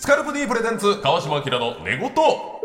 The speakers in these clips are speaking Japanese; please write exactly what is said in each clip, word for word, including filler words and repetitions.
カルプ D プレゼンツ川島明の寝言。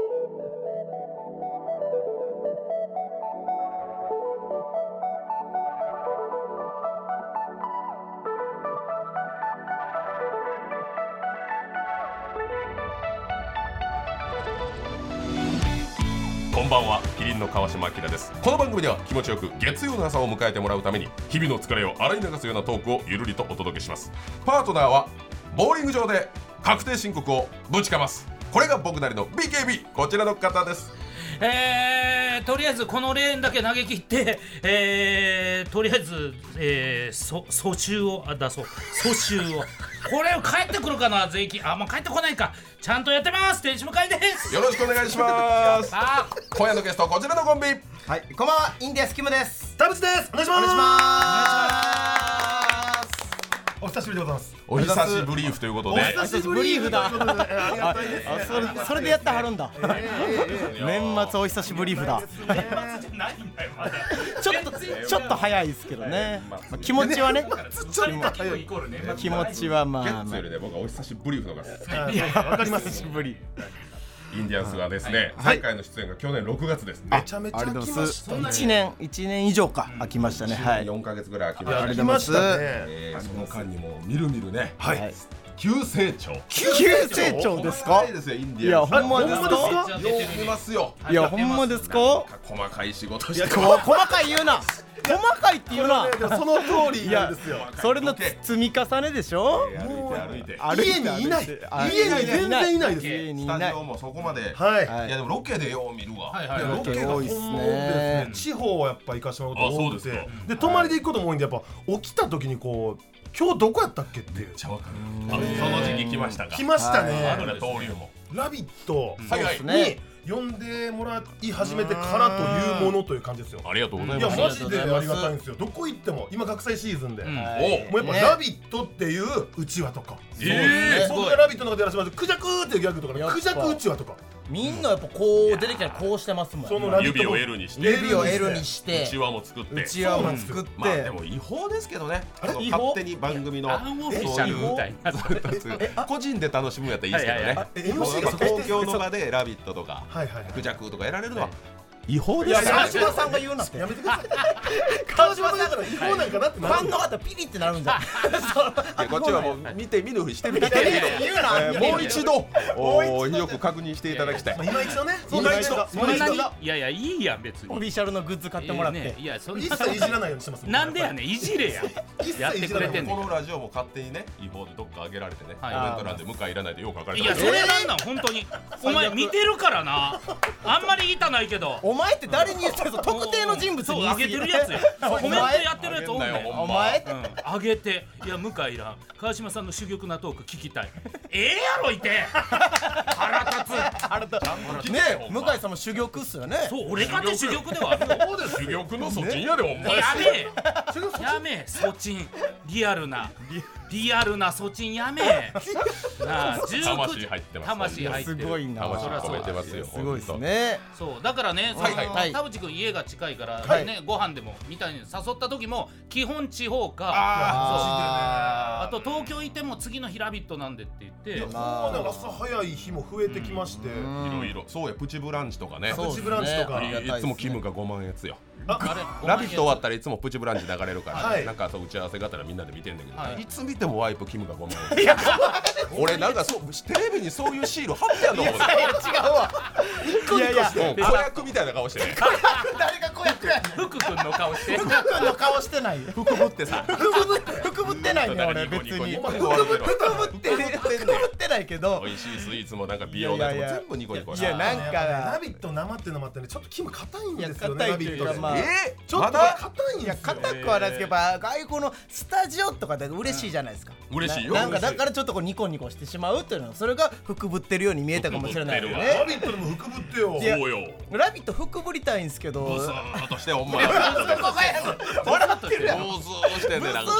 こんばんは、キリンの川島明です。この番組では気持ちよく月曜の朝を迎えてもらうために日々の疲れを洗い流すようなトークをゆるりとお届けします。パートナーはボーリング場で確定申告をぶちかます。これが僕なりの ビーケービー、 こちらの方です。 えー、とりあえずこのレーンだけ投げ切って、えー、とりあえず、えー、そ訴訟を出そう訴訟をこれを帰ってくるかな、税金。あ、もう帰ってこないか。ちゃんとやってます。天使向井です。 よろしくお願いします今夜のゲストこちらのコンビ。 はい、こんばんは、インディアスキムです。 田淵です。お願いします。 お願いします。 お久しぶりでございます。 お久しぶりーフということで、 お久しぶりーフだ。 ありがたいです。 あ、それ、それでやってはるんだ。年末お久しぶりーフだ。 年末じゃないんだよまだ。 ちょっとちょっと早いですけどね。まあ気持ちはね。 ちょっと早いイコール年末。 気持ちはまあ。 ゲッツよりね、僕はお久しぶりーフの方が好き。 いや、わかります。 久しぶり。 インディアンスはですね、前回の出演が去年ろくがつですね。 めちゃめちゃ空きましたね。 一年一年以上か空きましたね。はい。 よんかげつぐらい空きました。 空きましたね。 えーその間にもみるみるね、 はい。 急成長。 急成長ですかいい。ですよ、インデいや、 ィアンス。 ほんまですほんまか。 よう見ますよ。 いや、ほんまですか。 細かい仕事してこ細かい言うな。細かいって言うな。 その通りなんですよ。 それの積み重ねでしょ。 歩いて歩いて。 家にいない。 あ家に全然いないです。 家にいない。 スタジオもそこまで。 はい。 はいいやでもロケでよう見るわ。 はいはいロケが多いっすね本物ですね。地方はやっぱ行かしてもらうことが多くて、 あそうですかで泊まりで行くことも多いんで、やっぱ起きた時にこう今日どこやったっけっていう。 めっちゃわかる。あその時期来ましたか。 来ましたあねる。ね、登竜も。 ラビットはいはい。 に呼んでもらい始めてからというものという感じですよ。 ありがとうございいやます。 マジでありがたいんですよ。どこ行っても今学祭シーズンで、 うんもおうやっぱねラビットっていううちわとか、 え僕がラビットの中でやらせてもらってクジャクーっていうギャグとかね、 やっぱクジャクうちわとか、 みんなやっぱこう出てきたらこうしてますもん。 そのラビットも指を L にして指を L にしてうちわも作って。 うちわも作って、 まあでも違法ですけどね。 あれその違法勝手に番組のアンオフィシャルみたいな。 個人で楽しむやったらいいですけどね。 え エムシー が東京の場でラビットとかはいはいはい。 クジャクとかやられるのは違法ですよ。 川島さんが言うなって。 やめてください。川島さんだから違法なんかなってなるファンの方ピリってなるんじゃん。 いやこっちはもう見て見ぬふりしてみたいけど、 言うな。 えーもう一度およく確認していただきたい。 まあ今一度ね、 そう今一度そんなに今一度いやいや、いいやん別に。 オフィシャルのグッズ買ってもらって。 ねいや、そん一な切いじらないようにしてます。 なんでやねん、いじれや。やってくれてんねん。 このラジオも勝手にね違法でどっか上げられてね、コはいメント欄で向井いらないでよく書かれいや、 てますそれなんなん本当に。お前見てるからな。あんまり言いたないけど。 お前って誰に言ってるの？特定の人物そう、 に上げてるやつや。コメントやってるやつおんねん。 お前うん、上げて、いや、向井いらん、川島さんの珠玉なトーク聞きたい。ええやろいて。腹立つ。 あれだね、向井さんも珠玉っすよね。 そう、俺かて珠玉ではあるよ。 そうです珠玉のそっちやでお前。 やめえやめえ、ソチンリアルなリアルなソチンやめえなあ、じゅうく魂入ってます。 魂入ってる。 すごいな。 魂込めてますよ。 すごいですね。 そうだからね、そのはいはい田淵君家が近いから、 はいね、ご飯でもみたいに誘った時も基本地方か、 ああと東京いても次の日ラビットなんでって言って、 そうだから朝早い日も増えてきまして、 いろいろそうや、プチブランチとかね。 そうプチブランチとかありがたいですねいつもキムがごまんえつよ。 あれラビット終わったらいつもプチブランチ流れるから、 はいなんかそう打ち合わせがあったらみんなで見てんだけど、 はいいつ見てもワイプキムがごまんえつ。俺なんかそうテレビにそういうシール貼ってやんの思って。 いや違うわ。いやいや、 もう子役みたいな顔してね。 誰が子役やねん。 福君の顔して福君の顔してない。 福ぶってさ。 福ぶって福ぶってないね俺別に。 ニコニ福コぶって福ぶってないけど。 美味しいスイーツもなんか美容のやつも全部ニコニコして。 いやなんかラビット生っていうのもあってね、ちょっとキム硬いんですよね。 いやラビットで硬いっていうかまあえちょっとまだ硬いんですよ。 いや硬くはないですけど、やっぱ外国のスタジオとかで嬉しいじゃないですか。 嬉しいよ。 なんかだからちょっとこうニコニコしてしまうっていうのはそれが福ぶってるように見えたかもしれないよ福ぶね。 ラビットでも福ぶってよ。 いやそうよ。 ラビット福ぶりたいんですけど。 ブスーっとしてお前。 笑ってるやん。 ブスーしてんねなんか。 ブスーっとしてんねん。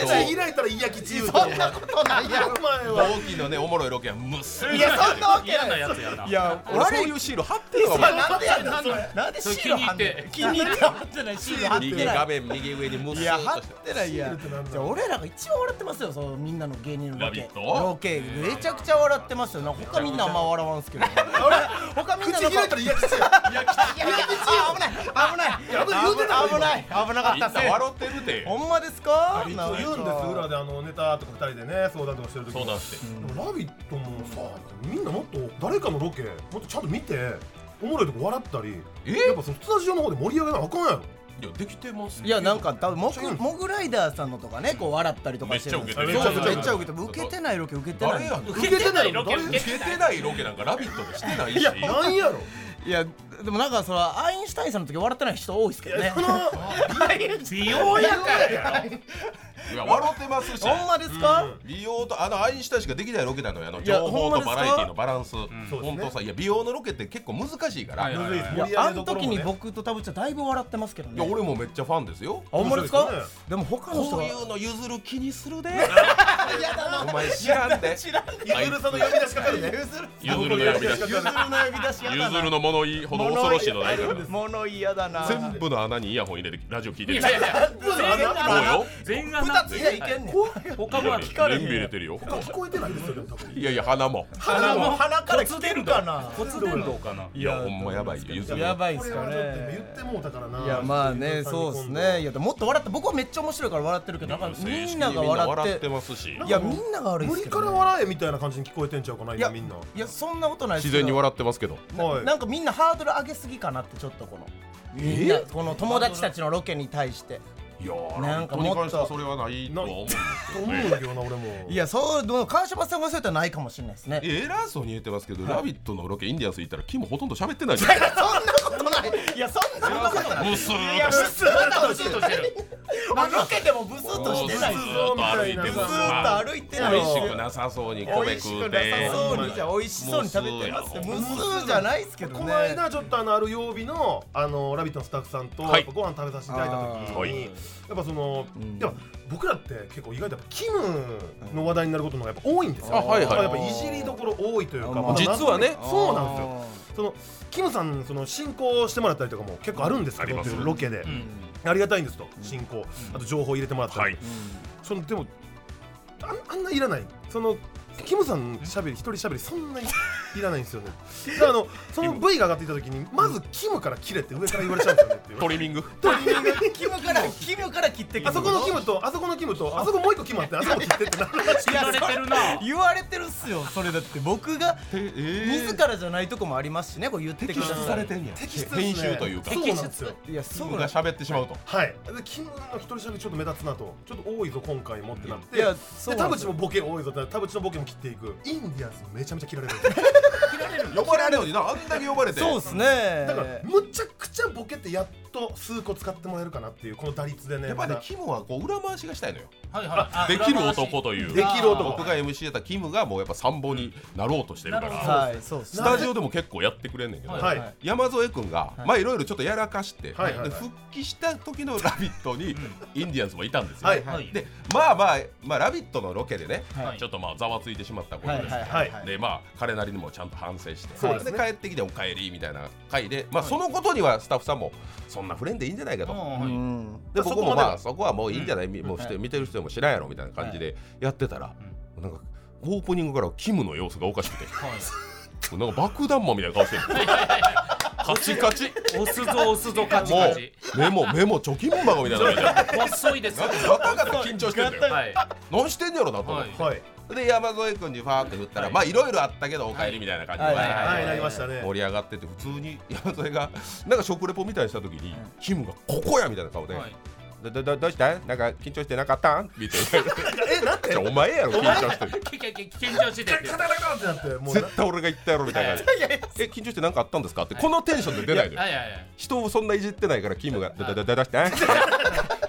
口開いたらいやきち言うとそんなことないやろお前は同期のねおもろいロケはむっすいやそんなわけ嫌なないやつやないや俺そういうシール貼ってるわお前なんでやねんなんでなんでそれシール貼って気気に入って貼ってないシール貼って右ない画面右上にむっすいや貼っーっとしててないやシールってなんだじゃあ俺らが一番笑ってますよそのみんなの芸人のロケラビットロケめちゃくちゃ笑ってますよなんか他みんなあんま笑わんすけど俺他みんなの口開いたらいやきちやいや危ない危ないや言うてた危ない危なかったっすみんな笑ってるてほんまですかいつも言うんです裏であのネタとかふたりでね相談とかしてる時に相談してでもラビットもさみんなもっと誰かのロケもっとちゃんと見ておもろいとこ笑ったりえやっぱそのスタジオの方で盛り上げなあかんやろいやできてますいやなんか多分モグモグライダーさんのとかねこう笑ったりとかしてるんですよめっちゃ受けてるめっちゃ受けてる受けてないロケ受けてない誰やん受けてないロケ誰受受けてないロケなんかラビットでしてないしなんやろいやでもなんかそのアインシュタインさんの時笑ってない人多いですけどねその美容やからやろいや笑ってますしほんまですか美容とあのアインシュタインしかできないロケなのよあのいや情報とバラエティのバランスそうですね本当さいや美容のロケって結構難しいからはいいはいはいいや盛り上あのげどころもね時に僕と田淵はだいぶ笑ってますけどねや俺もめっちゃファンですよあほんまですか面白いですでも他の人がこういうの譲る気にするで嫌だなお前知らんで知らんゆずるさんの呼び出しかかるねゆずるの呼び出しゆずるの呼び出しやだなゆずるの物言いほど恐ろしいのないから物嫌だな全部の穴にイヤホン入れてラジオ聞いてるいやいや全そうよ全穴二ついやいけんねん他も聞かれへん全部入れてるよ聞こえてないですよでも多分いやいや鼻も鼻も鼻から来てるかな骨伝導かないやほんまやばいよゆずるやばいっすかこれはちょっと言ねってもうたからないやまあねそうですねいやでももっと笑って僕はめっちゃ面白いから笑ってるけどなんかみんなが笑笑ってってますしいやみんなが悪いっ無理からすけどね笑えみたいな感じに聞こえてんちゃうかないや今みんないやそんなことないっす自然に笑ってますけどはいなんかみんなハードル上げすぎかなってちょっとこのみんなこの友達たちのロケに対していやーなんかもっとラビットに関してはそれはないとは思うんですと思けどねうんだけどな俺もいやそうどう川島さんがそうやったらないかもしれないですね偉そうに言ってますけどラビットのロケインディアンス行ったらキムほとんど喋ってないじゃないいやそんなことないいやそんなことないブスーいやブスーッとブスッとしてるまあロケでもブスッとしてないブですスーっと歩いてるブスーッと歩いてない美味しくなさそうに米美味しく食うてなさそうにじゃあ美味しそうに食べてますよ無数じゃないですけどねこの間ちょっとあのある曜日のあのラビットのスタッフさんとはいやっぱご飯食べさせていただいた時はいにやっぱそのうんやっぱ僕らって結構意外とやっぱキムの話題になることの方がやっぱ多いんですよあはいはいやっぱいじりどころ多いというかあまだ実はねそうなんですよそのキムさんその進行してもらったりとかも結構あるんですけどありますロケでうんありがたいんですと進行あと情報入れてもらったりはいそのでもあんあんないらないそのキムさんしゃべり一人しゃべりそんなにいらないんですよねだからあのその ブイ が上がっていた時にまずキムから切れって上から言われちゃうんですよねっていうトリミングキムからキムから切ってくるあそこのキムとあそこのキムとあそこもう一個キムあってあそこ切ってってなるらしい言われてるな言われてるっすよそれだって僕が自らじゃないとこもありますしねこう言ってくださいてんや摘出ですね編集というかそうなんですよいやキムがそうなん喋ってしまうとはいでキムの一人しゃべりちょっと目立つなとちょっと多いぞ今回もってなっていやそうで田なんですよ淵もボケ多いぞって田淵のボケも切っていくインディアンスめちゃめちゃ切られるんですよ呼ばれるのになあんだけ呼ばれてそうっすねだからむちゃくちゃボケってやっと数個使ってもらえるかなっていうこの打率でねやっぱねまだキムはこう裏回しがしたいのよはいはいできる男というできる男僕が エムシー やったキムがもうやっぱ参謀になろうとしてるかなるほらはいそうっすスタジオでも結構やってくれんねんけど、 はいはい山添君が、まあいろいろちょっとやらかして、 はいはいはいで復帰した時の「ラビット!」にインディアンスもいたんですよ、 はいはいでまあまあ、まあ、ラビット!」のロケでね、 はいちょっとまあざわついてしまったことです、 はいはいはいでまあ彼なりにもちゃんと反省してそうですね帰ってきて「おかえり」みたいな回で、まあ、そのことにはスタッフさんもそんな触れんでいいんじゃないかと、 うはいんで僕もそこまではまあそこはもういいんじゃない、もうして見てる人も知らんやろみたいな感じでやってたら、なんかオープニングからキムの様子がおかしくてなんか爆弾魔みたいな顔してるカチカチ押すぞ押すぞカチもうカチ目も目も貯金箱みたいな目でなんか細いですよガタガタ緊張してんだよはい何してんやろなと思って、 はいで山添君にファーって振ったら、 はいまあいろいろあったけどお帰りみたいな感じで、 はいはいはいなりましたね盛り上がってて普通に山添がなんか食レポみたいにした時に、キムがここやみたいな顔で、 はいどどどどうしたなんか緊張してなかったんみたいなえなんてじゃあお前やろ緊張してるききき緊張しててカタカタカタってなってもう絶対俺が言ったやろみたいな感じでえ緊張して何かあったんですかってこのテンションで出ないのよはいはいはい人をそんないじってないからキムが「だだだだだして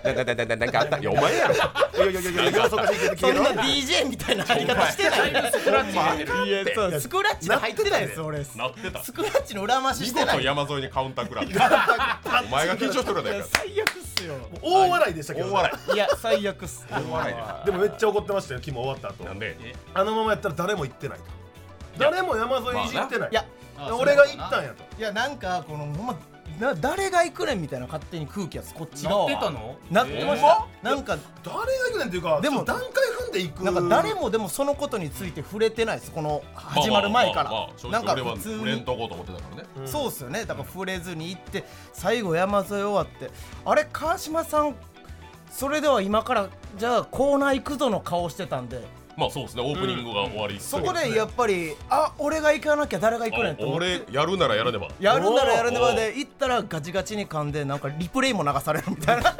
なんかなんかなんかあったいやお前やろいやいやいやいやいやそうかしいけどそんな ディージェー みたいな入り方してないよスクラッチ入れてるいやそうスクラッチで入ってないです俺なってたスクラッチの裏回し見してない事山沿いにカウンター食らってお前が緊張しとるやないか最悪っすよ大笑いでしたけどね大笑いや最悪っす大笑いでもめっちゃ怒ってましたよキム終わった後いなんであのままやったら誰も行ってないと誰も山沿いいじってないいやあ俺が行ったんやといやなんかこのほんまな誰が行くねんみたいな勝手に空気やつこっちな側はってたのなってましえたなんか誰が行くねんっていうかでもちょっと段階踏んで行くなんか誰もでもそのことについて触れてないですこの始まる前からまあまあまあまあなんか俺は普通に触れんとこうと思ってたからねうんそうっすよねだから触れずに行って最後山沿い終わってあれ川島さんそれでは今からじゃあコーナー行くぞの顔してたんでまあそうですねオープニングが終わりそこでやっぱりあ俺が行かなきゃ誰が行くねんと思って俺やるならやらねばやるならやるねばで行ったらガチガチに噛んでなんかリプレイも流されるみたいな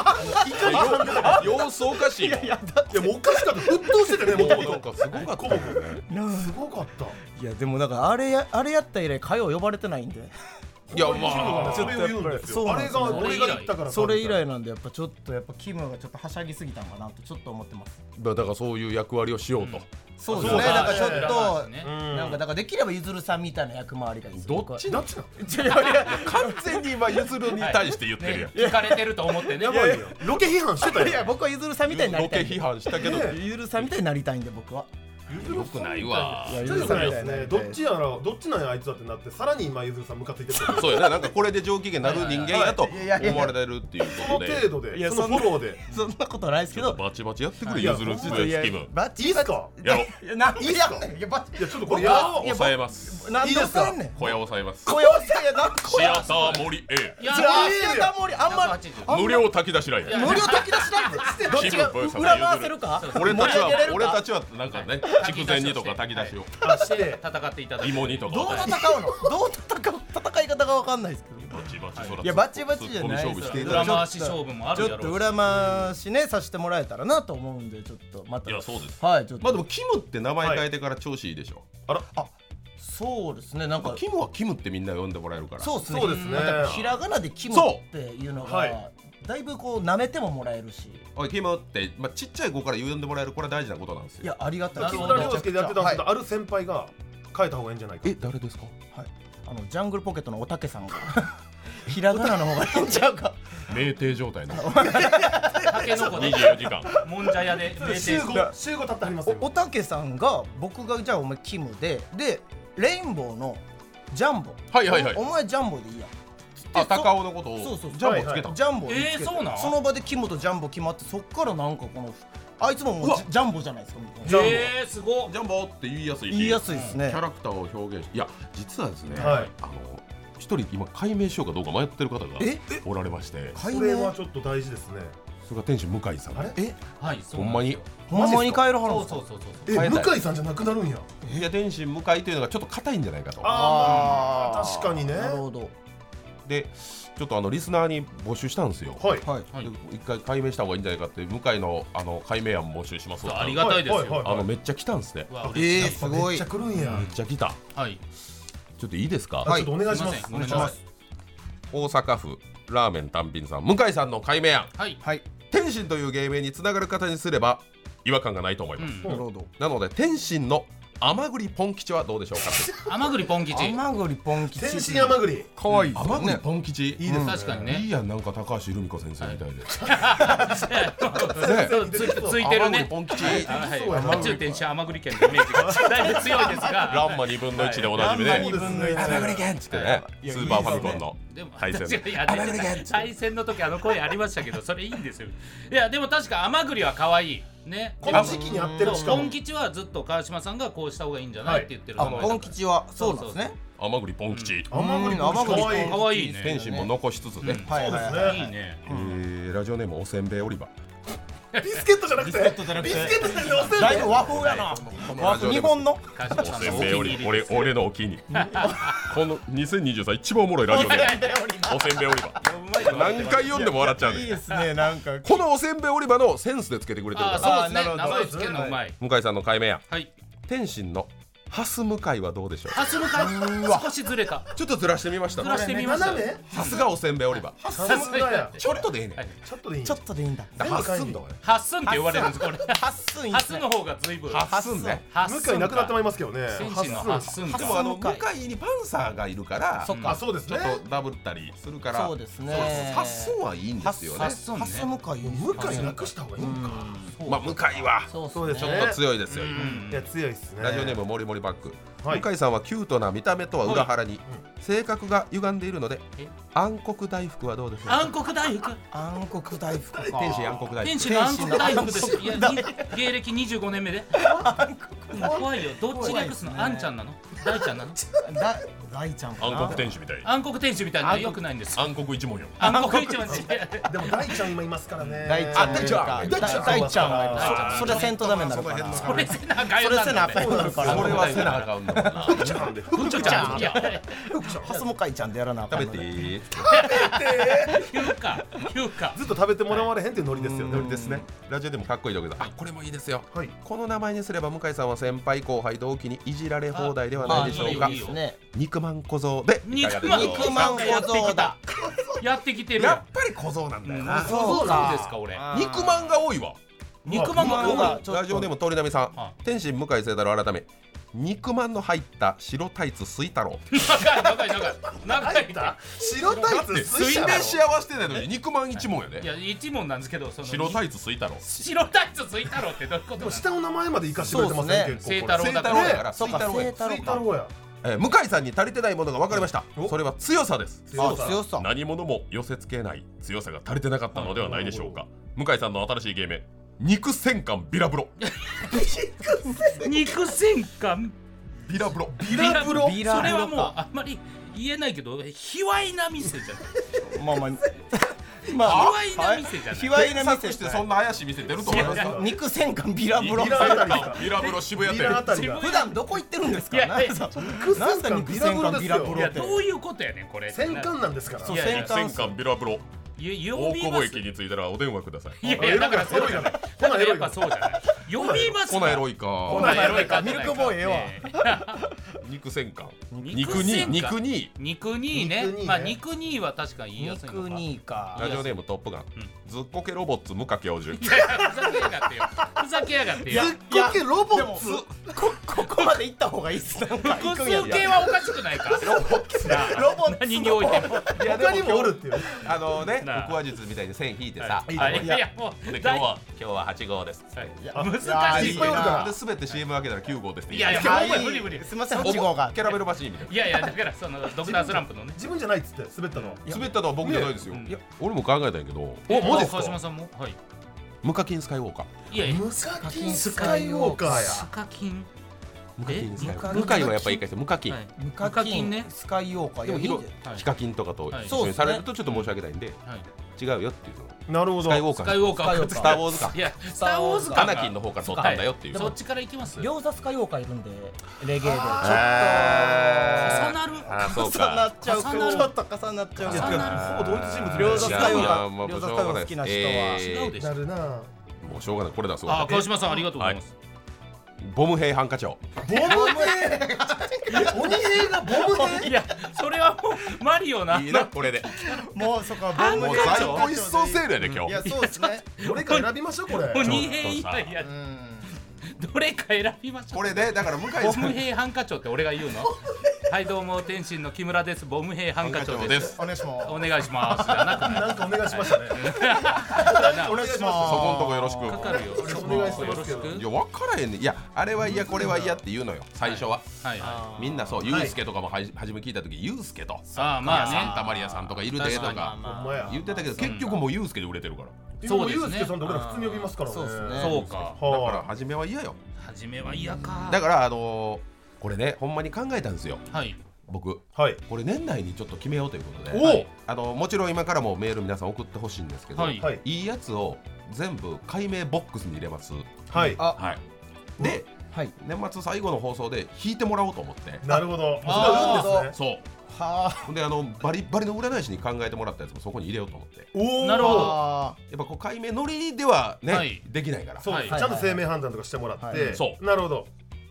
様子おかしいもんいやだいやもうおかしかった沸騰しててねもともなんとかすごかったよねすごかったいやでもだからあれやあれやった以来火曜呼ばれてないんでいやまキムがあそれを言うんですそうよあれなんですよが俺が言ったからそれ以来なんでやっぱちょっとやっぱキムがちょっとはしゃぎすぎたんかなとちょっと思ってますだからそういう役割をしようとそうですねそうだだからちょっとねうんなんかだからできればゆずるさんみたいな役回りがいいですどっちどっちなのちいやいや完全に今ゆずるに対して言ってるやんね聞かれてると思ってねやばいよロケ批判してたよいや僕はゆずるさんみたいになロりたいんでケ批判したけどねゆずるさんみたいになりたいんで僕はよくないわいやちょっとさですねどっちやらどっちなんやあいつだってなってさらに今ゆずるさんムカついてるそうやねなんかこれで上機嫌なる人間やといやいやいや思われてるっていうそのことで程度でいやそのフォローでそんなことないですけどバチバチやってくれいやゆずるスちょっペース気分バチいいっすかやろいやなんでやんねんいやバチいやちょっとこれやろう抑えますなんで抑えんねん小屋抑えます声をせやなんシアター森 A いやじゃあシアター森あんまひゃくはちじゅうあんま無料炊き出しライン無料炊き出しなんでどっちが気分分散裏回せるか俺たちは盛り上げれるか俺たちはなんかね筑前煮とか炊き出しをあして戦っていただいて芋煮とかどう戦うのどう戦う戦い方がわかんないですけどバチバチそらいやバチバチじゃないツッコミ勝負していた裏だ回し勝負もあちるやろうしょっと裏回しねさせてもらえたらなと思うんでちょっとまたいやそうですはいちょっとまあでもキムって名前変えてから調子いいでしょあらそうですねなんかキムはキムってみんな呼んでもらえるからそうですねそうですねなんかひらがなでキムそうっていうのはいがだいぶこう舐めてももらえるしおいキムってまあちっちゃい子から呼んでもらえるこれは大事なことなんですよいやありがたいなるほど木村良介でやってたんですけどはいある先輩が変えた方がいいんじゃないかえ誰ですかあのジャングルポケットのおたけさんがひらがなの方がいいんちゃうか酩酊状態のタケノコでにじゅうよじかんもんじゃ屋で名週店ご週ご経ってはりますよおおたけさんが僕がじゃあお前キムででレインボーのジャンボはいはいはいおお前ジャンボでいいやあ高尾のことをそうそうそうジャンボつけたジャンボを見つけてえーそうなんその場でキムとジャンボ決まってそっからなんかこのあいつももううわジジャンボじゃないですかみたいなへえすごっジャンボって言いやすいし言いやすいですねキャラクターを表現しいや実はですね、 はいあの一人今解明しようかどうか迷ってる方がえおられまして解それは明ちょっと大事ですねそれが天使向井さんあれえはいそうほんまにほんまに帰るはるんそうですかそうそうそうえ変えたい向井さんじゃなくなるんやいや天使向井というのがちょっと硬いんじゃないかとあーまあ確かにねなるほどでちょっとあのリスナーに募集したんですよ、 はいはいはいで一回解明した方がいいんじゃないかって向井のあの解明案も募集しますそうありがたいですよ、 はいはいはいあのめっちゃ来たんですねうわえ嬉しいー、すごいめっちゃ来るんやめっちゃ来たはいちょっといいですか、 あちょっとお願いしますすいませんごめんなさい大阪府ラーメン単品さん向井さんの解明案はいはい天心という芸名につながる方にすれば違和感がないと思います、 うんなるほどなので天心の甘栗ポン吉はどうでしょうかって甘栗ポン吉甘栗ポン吉天津甘栗かわいいです甘栗よねポン吉いいですね確かにねいいやんなんか高橋留美子先生みたいで、 そうつついてる甘栗ねポン吉はい中天使甘栗県のイメージがだいぶ強いですがランマにぶんのいちでおなじみね、 ランマにぶんのいち甘栗県っつってねいやスーパーファミコンのでも対戦いや対戦の時あの声ありましたけどそれいいんですよいやでも確か甘栗は可愛いねこの時期に合ってるしかもポン吉はずっと川島さんがこうした方がいいんじゃないって言ってるあ名前だからポン吉はそうなんですね甘栗ポン吉、 甘栗うん甘栗かわいいかわいいね天心も残しつつね、 うんはいはいそうですはいいいねえーラジオネームおせんべいオリバビスケットじゃなくてビスケットじゃなくてビスケットじゃなくておせんべいだいぶ和風やな和風日本の川島おさんのお気せんべいオリに入り俺俺のお気に入りこのにせんにじゅうさん一番おもろいラジオネームおせんべいオリバ何回読んでも笑っちゃうねいいですねなんかこのおせんべいオリバのセンスでつけてくれてるあからそうですねあーなるほど名前つけるのうまい向井さんの解明案はい天心のハス向かいはどうでしょう。 ハス向かい少しずれた。 ちょっとずらしてみました。 ずらしてみました。 斜めさすがおせんべい売り場。 さすがやちょっとでいいね。 ちょっとでいいちょっとでいいんだ。 ハッスンだこれ。 ハッスンって呼ばれるんですこれ。 ハッスンいいっすね。 ハスの方がずいぶん。 ハッスンね。 ハッスン向井なくなってまいりますけどね。 天心のハッスンか。 でもあの向井にパンサーがいるからそっかあ、そうですちょね。 っとダブったりするからそうですね。 ハッスンはいいんですよね。 ハッスンね。 ハッスン向かいいいっすね。 向井なくした方がいいんか。 まあ向井はそうそうですねちょっと強いですよ。 いや強いっすね。 ラジオネームもりもりバッグ。 はい向井さんはキュートな見た目とは裏腹に性格が歪んでいるのでえ暗黒大福はどうでしょうか。 暗黒大福。 暗黒大福か。 天使暗黒大福。 天使の暗黒大福です。いやに芸歴にじゅうごねんめで。怖いよ。どっち略すの？あんちゃんなの？大ちゃんなの？ だ大ちゃんかな。 暗黒天使みたい。 暗黒天使みたいなのよくないんです。 暗黒一門よ。 暗黒一番違う。 でも大ちゃん今いますからね。 大ちゃんあ大ちゃん大大ちゃん大ちゃんがいます大ちゃんそれせんとダメになるから。 それせなあかんよそれせなあかんようになるから。 これはせなあかんの。 福ちゃんで福ちょちゃん。いやハス向かいちゃんでやらなあかんの。 食べていい？ 言うか言うか。 ずっと食べてもらわれへんっていうノリですよね。 ノリですね。ラジオでもかっこいいだけど、あこれもいいですよ。 はい。 この名前にすれば向井さんは先輩後輩同期にいじられ放題ではないでしょうかあいいよいいよ。 ね。 肉まん小僧でいかがでしょうか。 肉まん小僧だ。 やってきてるよ。 やっぱり小僧なんだよな。 そうなんですか俺。 肉まんが多いわ。 肉まんが肉まんがちょっとラジオネーム鳥波さんは、 天心向井聖太郎改め肉まんの入った白タイツ水太郎。 長い長い長い長い。 白タイツ水水で幸せてないのに肉まん一問やで。 いや一問なんですけどその白タイツ水太郎。 白タイツ水太郎ってどういうことなの？ でも下の名前まで生かしてくれてません結構。 聖太郎聖だから太郎やからそうか水太郎や。 聖太郎水太郎や。 えー向井さんに足りてないものが分かりました。 おそれは強さです。 あ強さ。 何者も寄せ付けない強さが足りてなかったのではないでしょうか。向井さんの新しい芸名、肉戦艦ビラブロ。 肉戦艦ビラブロ。 ビラブロ。 ビラブロかそれはもうあんまり言えないけど卑猥な店じゃない。 まあまあ。まあ卑猥な店じゃない。 卑猥な検索店してそんな怪しい店出ると思いますか。 肉戦艦ビラブロ。 ビラあたりか。 ビラブロ渋谷ビラあ店。 たりが。 普段どこ行ってるんですか。 いやいやなんかなんだ肉戦艦ビラブいやロって。 どういうことやねんこれ。 戦艦なんですから。 そういやいや戦艦戦艦ビラブロ。 ゆ大久保読みます。 駅に着いたらお電話ください。 いやいやだからそうじゃない。だからやっぱそうじゃない。読みますか。 こなエロいか。 こなエロいか。 ミルクボーイええわ肉戦艦。 肉肉に戦艦肉に。 肉にね肉にねまあ肉には確かに言いやすいのか。 肉にか。 ラジオネームトップガン。ずっこけロボッツムカ教授。 いやいやふざけやがってよ。ふざけやがってよ。 ずっこけロボッツ。 こここまで行った方がいいっす。なんか複数形はおかしくないか。ロボッツな。 ロボッツ何においても。 他にもおるっていう。 あのね、 なあ腹話術みたいに線引いてさ。 いやいやもうで今日は今日ははち号です。 難しい。 いっぱいおるからで滑って シーエム 開けたらきゅう号ですっていやいやはいもう無理無理。 すみませんはち号が。 キャラメルマシーンみたいな。 いやいやだからそのドクタースランプのね。 自分じゃないっつって滑ったの。 滑ったのは僕じゃないですよ。 ねいや俺も考えたんやけど、 おマジっすか川島さんもはい。 無課金スカイウォーカー。 いやいや。 ムカキンスカイウォーカーや。 スカキン。 無課金スカイウォーカー。 え無課金はやっぱりいいかして無課金。 はい無課金ね。スカイウォーカー。 でも広はいヒカキンとかとはい一緒にされるとちょっと申し訳ないんではい。 違うよっていうの。 なるほど。 スカイウォーカー。 スカイウォーカー。 スターウォーズかい。やスターウォーズか。 アナキンの方から取ったんだよっていう。 そっちから行きます。 餃子スカイウォーカーいるんでレゲエでちょっと重なる。 ああそう重なか。 っちゃう重なるちょっと重なっちゃう重なるほぼ同一人物餃子スカイウォーカいやもうー餃子スカイウォーカー好きな人は違うでしょ。 なるな。 もうしょうがないこれだそうだ。 あ川島さんありがとうございます。 ボム兵ハンカチョウ。 ボム兵。鬼兵がボム兵。 いやそれはもうマリオな。 いいなこれで。 もうそこはハンボムもう兵長在庫一掃セールやで今日。 いやそうですねどれか選びましょうこれ。 鬼兵以外やうんどれか選びましょう。 これでだから向井ボさんム兵ハンカチョウって俺が言うの。はいどうも天心の木村です。ボム兵ハンカチョウです。 お願いしますお願いします。じゃなくないなんかお願いしましたね。 お願いしますそこんとこよろしく。 かかるよ。 お願いしますよろしく。 いや分からへんねん。いやあれは嫌これは嫌って言うのよ最初は。 はいはみんなそうユうスケとかもはじ初め聞いた時ユうスケとい。ああまあサンタね。 マリアさんとかいるでと確かかにほんまや。 言ってたけど結局もうユうスケで売れてるから。 今もそうですねユースケさんと俺ら普通に呼びますからね。 そうですねそうか。 だからは初めは嫌よ。 初めは嫌か。 だからあのーこれねほんまに考えたんですよはい。 僕。 い。はい。 これ年内にちょっと決めようということで。 おお。 あのもちろん今からもメール皆さん送ってほしいんですけど、 はいはい。 いいやつを全部解明ボックスに入れます。 はい。 あはい。ではい年末最後の放送で弾いてもらおうと思って。 なるほど。 あそうなんですね。 そう。 はあであのバリバリの占い師に考えてもらったやつもそこに入れようと思って。 おお。 なるほどあやっぱこう解明ノリではね、 はいできないから。 そう、 はいちゃんと生命判断とかしてもらって、 はいそなるほど。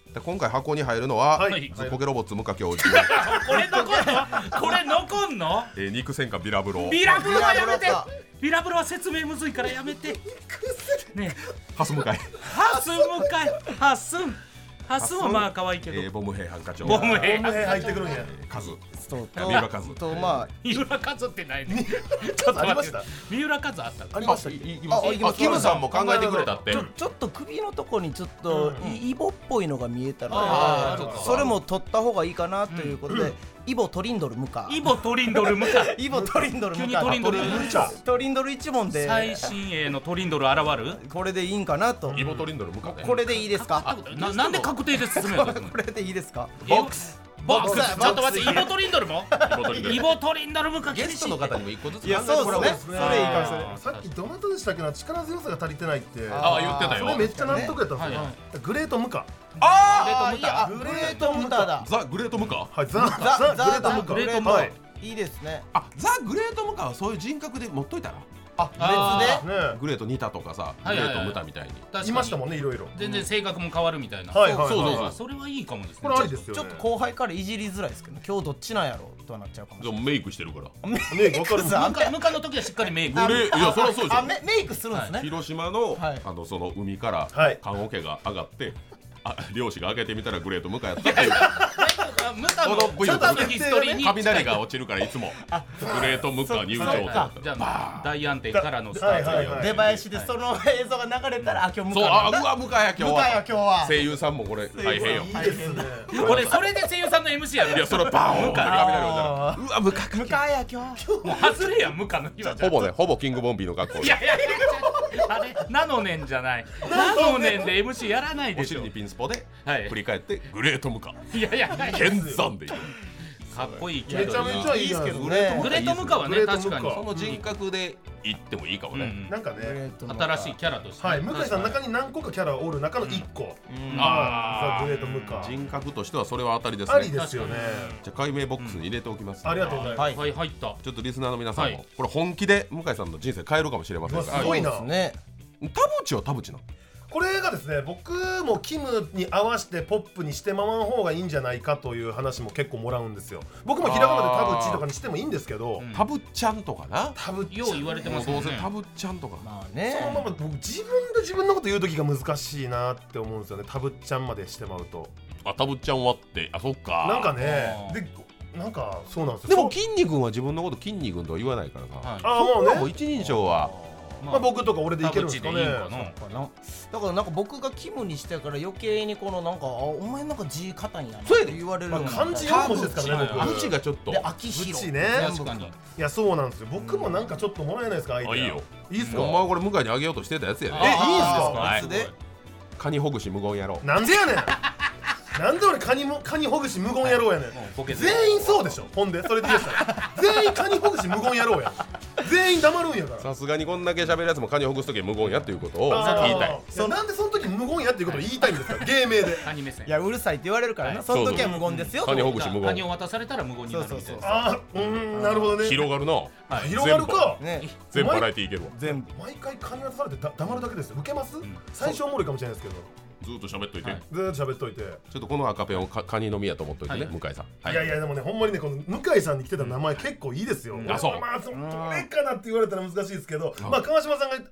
で今回箱に入るのは、 はい、 ズッコケロボッツムカ教授これ残んのこれ残んのえー、肉戦艦ビラブロビラブロはやめてビラブロは説明むずいからやめてねハス向かいハス向かいハスンハスンはまあ可愛いけど、 えー、ボム兵ハンカチョボム兵ボム兵入ってくるんやカズそうと三浦カズとまあ三浦カズってないねちょっと待って三浦カズあったのありましたっけいきますあキムさんも考えてくれたってちょちょっと首のとこにちょっとイボっぽいのが見えたあーのでそれも取った方がいいかなということでイボトリンドルムカイボトリンドルムカイボトリンドルムカ急にトリンドルトリンドル一問で最新鋭のトリンドル現るこれでいいんかなとイボトリンドル向かってこれでいいですかななんで確定で進めようとするのこれでいいですかボックスボックスちょっと待ってイボトリンドルもイボトリンドルイボトリンドルムカゲストの方にも一個ずつ考いやえてもらおうそうですねそれいいかもしれないさっきどなたでしたっけな力強さが足りてないってああ言ってたよそれめっちゃ納得やったんですよ、 はいはグレートムカああいやグレートムカだザ・グレートムカはいザ・ザザ・グレートムカグレートムカはいいいですねあザ・グレートムカはそういう人格で持っといたらああ別でねグレートニタとかさグレはいはいはいートムタみたいに確かにいましたもんねいろいろ全然性格も変わるみたいなはいはいはいそうそうそうあそれはいいかもですねこれありですよねちょっと後輩からいじりづらいですけど今日どっちなんやろうとはなっちゃうかもしれないでもメイクしてるからねわかるさムカムカの時はしっかりメイクグレーいやそりゃそうでしょあメメイクするんですね広島のはいあのその海からはい棺桶が上がってあ漁師が開けてみたらグレートムカやったっていうムカのこの部位ちょっとヒストリーに雷が落ちるからいつもグレートムカ入場ってなったじゃあ大安定からのスタートはいはいはい出囃子でその映像が流れたらあ今日そう向かあうわムカや今日向かやは今日は声優さんもこれ大変よいいですねこれそれで声優さんの エムシー やるいやそれバーンって雷落ちたらあうわムカ向かや今日もう外れやムカの日はじゃあほぼねほぼキングボンビーの格好でいやいやいやあれナノネンじゃないナノネンで エムシー やらないでしょお尻にピンスポではい振り返ってグレートムカいやいや剣山でいくかっこいいけどめちゃめちゃいいやんいいですけどグレートムグレートムカはねグレートムカ確かにその人格で行ってもいいかもねうんなんかね新しいキャラとしてねはい向井さんの中に何個かキャラおる中のいっこあーザ・グレートムカ人格としてはそれは当たりですありねですよねじゃあ解明ボックスに入れておきますありがとうございますはいはい入ったちょっとリスナーの皆さんも、 はいこれ本気で向井さんの人生変えるかもしれませんうわからすごいなそうですね田淵は田淵なのこれがですね僕もキムに合わせてポップにしてまわん方がいいんじゃないかという話も結構もらうんですよ僕もひらがなで田淵とかにしてもいいんですけどうん田淵ちゃんとかな田淵よう言われてもうますもんねどうせ田淵ちゃんとかまあそのねまま僕自分で自分のこと言う時が難しいなって思うんですよね田淵ちゃんまでしてまうとあ田淵ちゃんはってあそっかなんかねあーでなんかそうなんですよでも筋肉は自分のこと筋肉とは言わないからさ、 はいああもうねもう一人称はまあ僕とか俺でいけるんですかね田淵でいいんかなかなだからなんか僕がキムにしてから余計にこのなんかあお前なんか字硬いんやなってそうやで言われるまあような漢字よん文字ですからね田僕田淵がちょっとで秋淵広ね全部確かにいやそうなんですよ僕もなんかちょっともらえないですかアイデアあいいよいいっすかほんまはこれ向井にあげようとしてたやつやでえいいんすかはい別でカニほぐし無言やろうなんでやねんなんで俺カニもカニほぐし無言野郎やねんボケて全員そうでしょほんでそれで言い出したら全員カニほぐし無言野郎や全員黙るんやからさすがにこんだけ喋るやつもカニほぐすときは無言やっていうことをあー言いたいいやなんでその時無言やっていうことを言いたいんですか芸名でカニ目線いやうるさいって言われるからはないその時は無言ですよカニほとぐし無言カニを渡されたら無言になるみたいそうそうそうなああうーんなるほどね広がるなはい広がるかね全部バラエティーいけるわ全部毎回カニ渡されてだ黙るだけですよ受けます、 ん最初おもろいかもしれないですけどずっと喋っといて、 はいずーっと喋っといて、 ちょっとこの赤ペンをかカニの実やと思っといてね、 はい向井さん、はいやいやでもねほんまにねこの向井さんに来てた名前結構いいですよ、 あそうまあそどれかなって言われたら難しいですけど、まあ川島さんが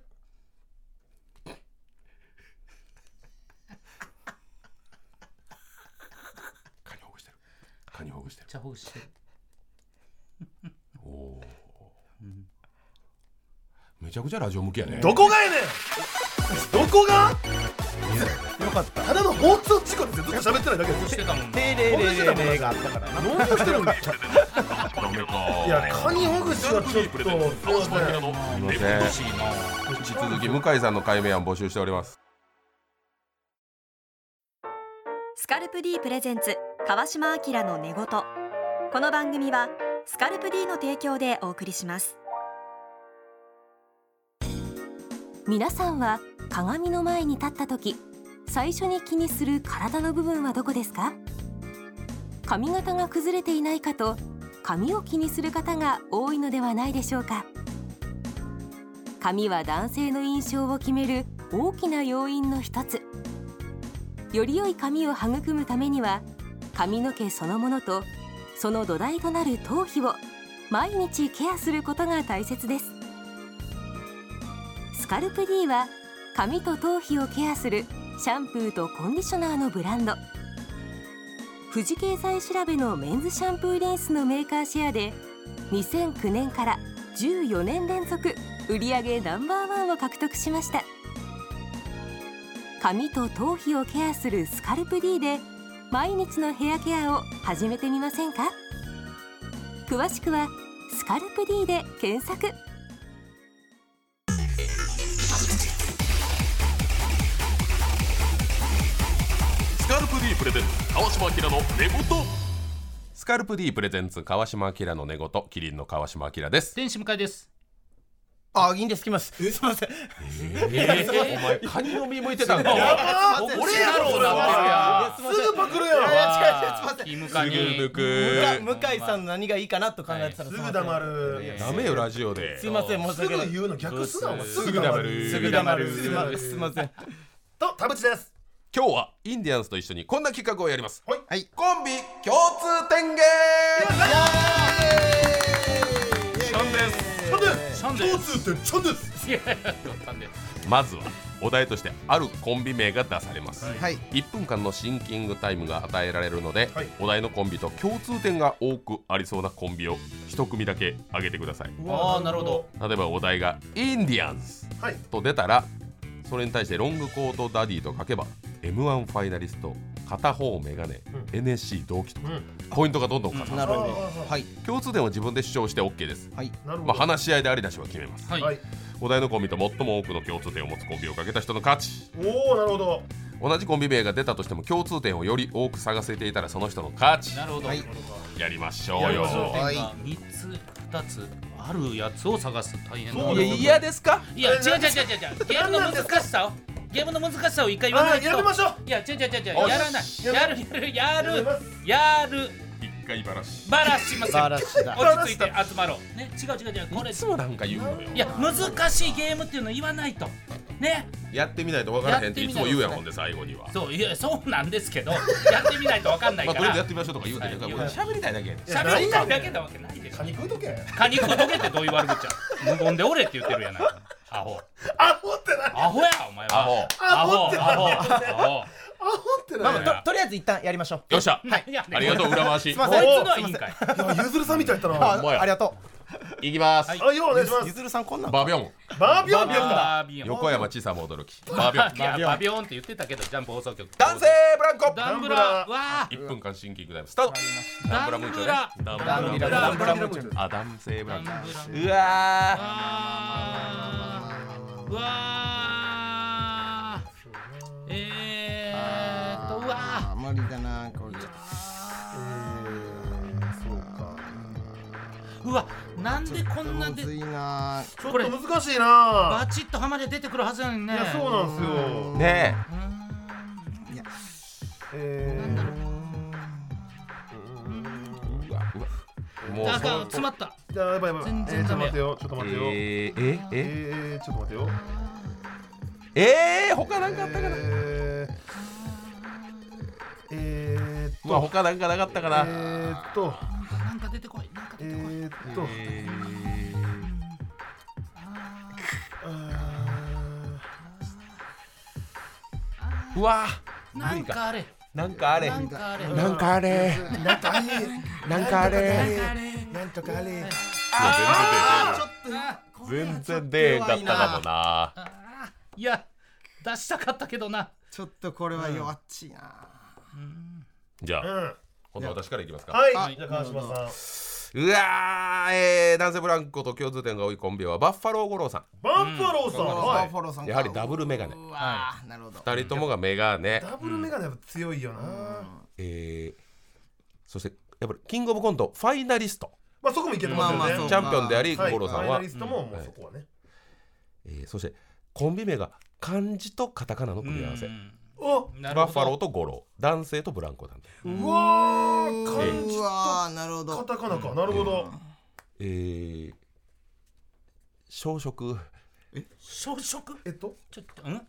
カニほぐしてるカニほぐしてる茶ほぐしてるおおめちゃくちゃラジオ向きやねどこがやねんどこがよかったただの放送事故ですよずっと喋ってないだけですしてたもんなテレレレレレがあったからな何をしてるんだダメかいやカニほぐしはちょっとすいませんすいません嬉しいな引き続き向井さんの解明案募集しておりますスカルプ D プレゼンツ川島明の寝言。この番組はスカルプ D の提供でお送りします。皆さんは鏡の前に立った時、最初に気にする体の部分はどこですか？髪型が崩れていないかと髪を気にする方が多いのではないでしょうか。髪は男性の印象を決める大きな要因の一つ。 より良い髪を育むためには、髪の毛そのものとその土台となる頭皮を毎日ケアすることが大切です。スカルプ D は髪と頭皮をケアするシャンプーとコンディショナーのブランド。富士経済調べのメンズシャンプーリンスのメーカーシェアでにせんきゅうねんからじゅうよねん連続売上ナンバーワンを獲得しました。髪と頭皮をケアするスカルプ D で毎日のヘアケアを始めてみませんか？詳しくはスカルプ D で検索。 スカルプ D プレゼンツ川島明の寝言。スカルプ D プレゼンツ川島明の寝言、キリンの川島明です。 天使向井です。 あ、いいんです、来ます。すいません。 えー、お前カニの実向いてたんか。 やばー、 俺やろうな。 すぐすぐパクるやん。 いやいや、違う違う、すいません。 キムカニ。 すぐ抜く。 向向井さんの何がいいかなと考えてたら、 すぐ黙る。 ダメよラジオで。 すいません、申しす訳ない。 ぐ言うの逆すな。 すぐ黙る。 すぐ黙る。すいません、すいません。 と田淵です。 今日はインディアンスと一緒にこんな企画をやります。 はいはい。 コンビ共通点ゲーム。シャンです。 ちゃんですシャンです共通点ちゃんです。 いやいやシャンです。 まずはお題としてあるコンビ名が出されます。 はい。 いっぷんかんのシンキングタイムが与えられるので、 はいお題のコンビと共通点が多くありそうなコンビを一組だけ挙げてください。 ああ、なるほど。 例えばお題がインディアンスはい。 と出たら、それに対してロングコートダディと書けば エムワン ファイナリスト、片方メガネ、 うんエヌエスシー 同期とか、 うん。 ポイントがどんどん加算、 なるほど。 ははい。 共通点は自分で主張して OK です。 はい。 なるほど。 まあ、話し合いでありなしは決めます。 はい。 はい。 お題のコンビと最も多くの共通点を持つコンビをかけた人の勝ち。 おお、なるほど。 同じコンビ名が出たとしても共通点をより多く探せていたらその人の勝ち。 なるほど。 はいやりましょうよ。 やりましょう。 はい点がみっつふたつあるやつを探す大変だ。 そういや嫌ですか？ いや違う違う違う違う違う。ゲームの難しさをゲームの難しさを一回言わないと。 あーやめましょう。 いや違う違う違う違う。 おやらない。 やめやるやるややめるますやる。 一回ばらし。 バラしません。 バラシだ。 落ち着いて集まろう。ね、違う違う違う。これいつもなんか言うのよ。 いや難しいゲームっていうの言わないとね。 やってみないと分からへんっていつも言うやん。 やってみないとほんで最後には。 そういやそうなんですけど、やってみないと分かんないまあから。 とりあえずやってみましょうとか言うてるから、 はい喋りたいだけやねん。 喋りたいだけなわけないでしょ。 カニ食うとけ。 カニ食うとけってどういう悪口や。無言で俺って言ってるやないか。アホ。 アホってない。 アホやお前は。 アホ。 アホアホアホ。 アホってまあない。 まあととりあえず一旦やりましょう。 よっしゃ。 はいやありがとう裏回し。 すいまこいつせん。 のはいいんかい。 いやゆずるさんみたいだったあな。 ほんまやありがといきます。 はいあ、よお願いしまう。ゆす。 ずるさんこんなん。 バビョン。 バービョンビョンだ。 バービヨン。 横山千佐も驚き。バビョン。 いやバビヨンって言ってたけどジャンプ放送局。 男性ブランコ。 ダンブラ。わあ。 いっぷんかんシンキングタイムスタート。ダンブラムーチョね。ダンブダンブララダンブラムーチョ。 あ、男性ブランコ。 ダンブラ。 うわうわーえーっとうわあー無理だなこれ。 そうか。 ーうわなんでこんなでむずいな。 ちょっと難しいバな。 チッとハマで出てくるはずやねんね。 いや、そうなんですよ。 ーねうーんいや。 えなんだろえ。うわうわ。もうあかんその詰まった。 じゃあ、やばいやばい。 全然えーちょっとダメ待ってよ。ちょっと待ってよ。 えー、えええー、ちょっと待ってよ。 えー、他なんかあったかな。 えー、えーっと、 まあ他なんかなかったかな。 えーっと、 なんか出てこい。なんかえ出てこい。 ーっと、 えあー、うわなんかあれ。 なんかあれなんかあれ。 なんかあれーなんかあれ、 なんかあれなんとかあれ。 あー全然出えへんかったかもな。 あーいや出したかったけどな。 ちょっとこれは弱っちいな。 じゃあうん。 今度私からいきますか。 はい、じゃあ川島さん。 うわー、えー、男性ブランコと共通点が多いコンビはバッファロー五郎さバンファローさん、 バはいッフ。ァローさんか。 やはりダブルメガネうわーなるほど。 ん。二人ともがメガネ。 ダブルメガネやっぱ強いよな。 えー、そしてやっぱりキングオブコントファイナリスト、 まあそこもいけてますよね。 まあまあそうチャンピオンでありはい五郎さんはファイナリ、ストももうそこはね。 えー、そしてコンビ名が漢字とカタカナの組み合わせ。 うんお、 なるほどバッファローと五郎、男性とブランコなんで。 うわー、漢字うわーなるほとカど。 タカナか。なるほど。 えー、小食、 小食えっと、 ちょっとうん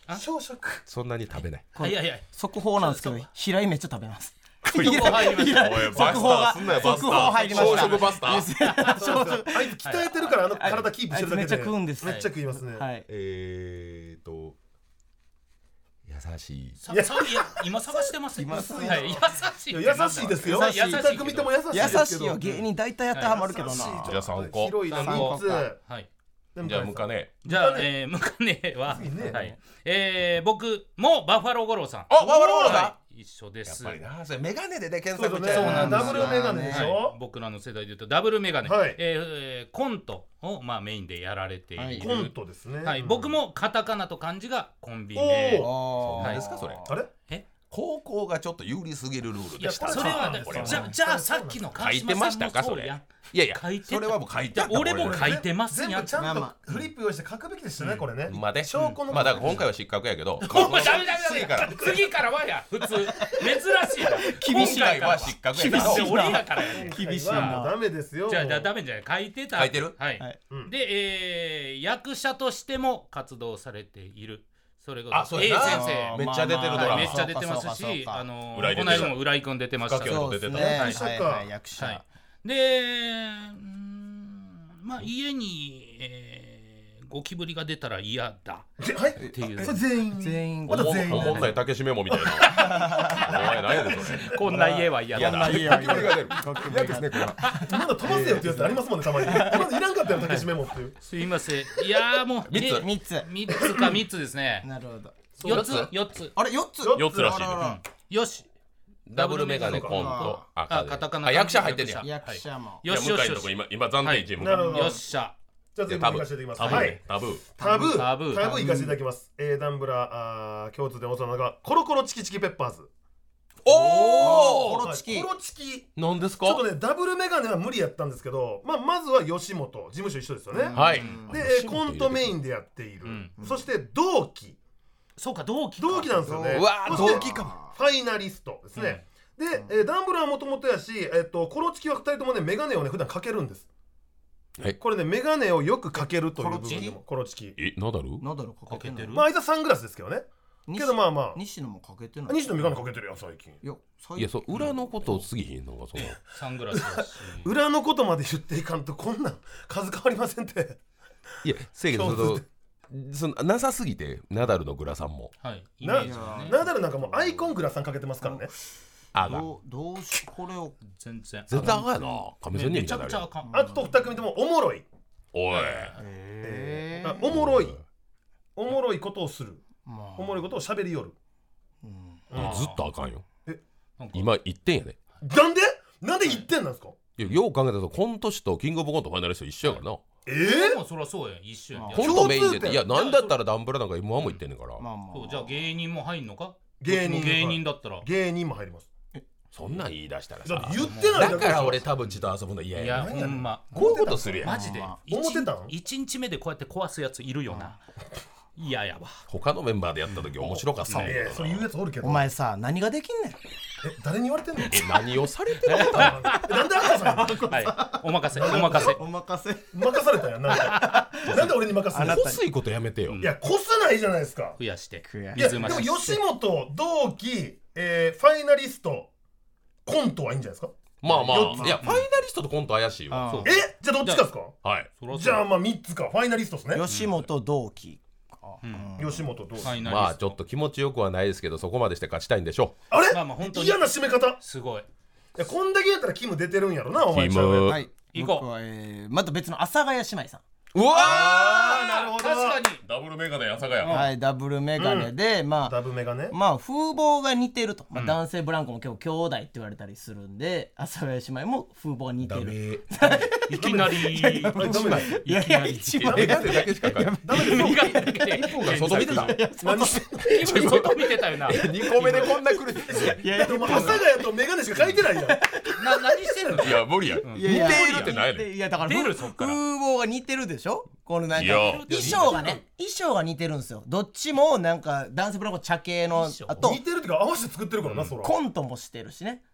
小食そんなに食べない。 いやいや速報なんですけど平井めっちゃ食べます。 速報入りましたおいバスターすんなよバスター。 速報入りました小食バスター。 あいつ鍛えてるからあの体キープしてるだけでめっちゃ食うんです。 めっちゃ食いますね。 はい。 えーと優しい。 ささいや今探してます今、はい、優しいいや優しいですよ。 優しい二組とも優しいですけど。 優しいよ芸人大体やってはまるけどな。 じゃあ三個。 広いな三つ。 はいじゃあムカネ。 じゃあ、えー、ムカネは、はい、えー、僕もバッファロー五郎さん。 あ、バッファロー五郎さん。 はい、一緒です。 やっぱりな、それメガネでね検索ね。そうなんです。ダブルメガネでしょ。 はい、僕らの世代で言うとダブルメガネ。 はい、 えー、コントをまあメインでやられている。はい、 コントですね。 はい、僕もカタカナと漢字がコンビ名。 おお。何ですかそれ。 あれ？ え？ 高校がちょっと有利すぎるルールでした。 それはじゃじゃあさっきの書いてましたかそれ。いやいやそれはもう書いてあった。 俺も書いてますやん。 全部ちゃんとフリップ用意して書くべきでしたねこれね。 まあで証拠のまあだから今回は失格やけど。 お前ダメダメダメ。次からはや普通珍しいな。 厳しいは失格やけど。 俺やからやね。 厳しいな。 ダメですよ。 じゃあじゃあダメじゃない書いてた。 書いてる。 はい。でえ役者としても活動されている。それが A 先生めっちゃ出てるドラマ、 めっちゃ出てますし、あのこの間も浦井くん出てました。 そうですね。 役者か役者。 で、まあ家にゴキブリが出たら嫌だっていう。 それ全員全員。 まだ全員。問題竹締めもみたいな。お前何やねんそれ。 こんな家は嫌だ。 ゴキブリが出る。嫌ですねこれ。 まだ飛ばせよってやつありますもんねたまに。まだいらんかったよ竹締めもっていう。 すいません。いやもう三つ三つ三つか三つですね。 なるほど。 四つ四つ。 あれ四つ四つらしい。 よし。 ダブルメガネコント。 あカタカナ。 あ役者入ってんねや。 役者も。 よしよし。 今今暫定チーム。 よっしゃ。 じゃあ次行かせていただきます。 タブータブータブータブータブー行かせていただきます。えダンブラ共通でおさながコロコロチキチキペッパーズ。 おおコロチキ。 コロチキ。 なんですか。 ちょっとねダブルメガネは無理やったんですけど、まあまずは吉本事務所一緒ですよね。 はい。 でコントメインでやっている。そして同期。 そうか同期。 同期なんですよね。 うわ同期かも。 ファイナリストですね。でダンブラはもともとやし、えっとコロチキはふたりともねメガネをね普段かけるんです。これねメガネをよくかけるという部分でもコロチキ。 えナダル？ ナダルかけてる。 まああいつはサングラスですけどね。けどまあまあ西野もかけてない。 西野メガネかけてるやん最近。 いやいやそう裏のことを過ぎひんのがそのサングラスだし。 裏のことまで言っていかんとこんなん数変わりませんって。 いやせやけどそのそのなさすぎてナダルのグラさんも。 はい。 ナダルなんかもうアイコングラさんかけてますからね。 あがどうどうしこれを全然絶対あかんやな。カミソリにめちゃくちゃあかん。 あと二組ともおもろい。 おい。 おもろい。おもろいことをする。おもろいことを喋りよる。 ずっとあかんよ。 え今一点やで。 なんで？なんで一点なんですか？ いやよう考えたらコント師とキングオブコントファイナリスト一緒やからな。 ええ？ もうそりゃそうや一緒や。 コントメインでいやなんだったらダンブラなんか エムワン も行ってんねんから。 そうじゃあ芸人も入んのか？ 芸人芸人だったら芸人も入ります。 そんなん言い出したらだっさて言ってないだから俺多分ちと遊ぶの嫌いや。 やほんまこういうことするやん。 マジで思ってたん？ 一日目でこうやって壊すやついるよな。いややわ。 他のメンバーでやった時面白かったもん。 ええそういうやつおるけど。 お前さ何ができんねん。 え誰に言われてんの？ え何をされてるのかな。 なんで赤さんはいお任せお任せお任せ任されたんやなんかなんで俺に任せるの？ こすいことやめてよ。 いやこすないじゃないですか。 増やしていやでも吉本同期えファイナリストコントはいいんじゃないですか。 まあまあいやファイナリストとコント怪しいわ。 えじゃあどっちかですか。 はいじゃあまあみっつかファイナリストですね。 吉本同期。 吉本同期。 まあちょっと気持ちよくはないですけどそこまでして勝ちたいんでしょう。 あれまあまあ本当に嫌な締め方。 すごい。 いやこんだけやったらキム出てるんやろなお前。 キムはい行こう。 僕はえまた別の阿佐ヶ谷姉妹さん。 うわあなるほど。 確かにダブルメガネ阿佐ヶ谷。 はいダブルメガネでまあダブメガネまあ風貌が似てると、まあ、男性ブランコも結構兄弟って言われたりするんで阿佐ヶ谷姉妹も風貌が似てダる。 いきなりダメいやいや一番メガネだけしかない。 メガネだけで外見てた。 何してんの？ 自分外見てたよな。 にこめでこんな苦しい。 いやいやでも阿佐ヶ谷とメガネしか書いてないやん。 な何してんの？ いや無理や。似ていやいやるってないね。 いやだから出るそっから風貌が似てるでしょ。このなんかいや衣装がね衣装が似てるんですよ。どっちもなんか男性ブランコ茶系のあと似てるってか合わせて作ってるからなそら。 コントもしてるしね。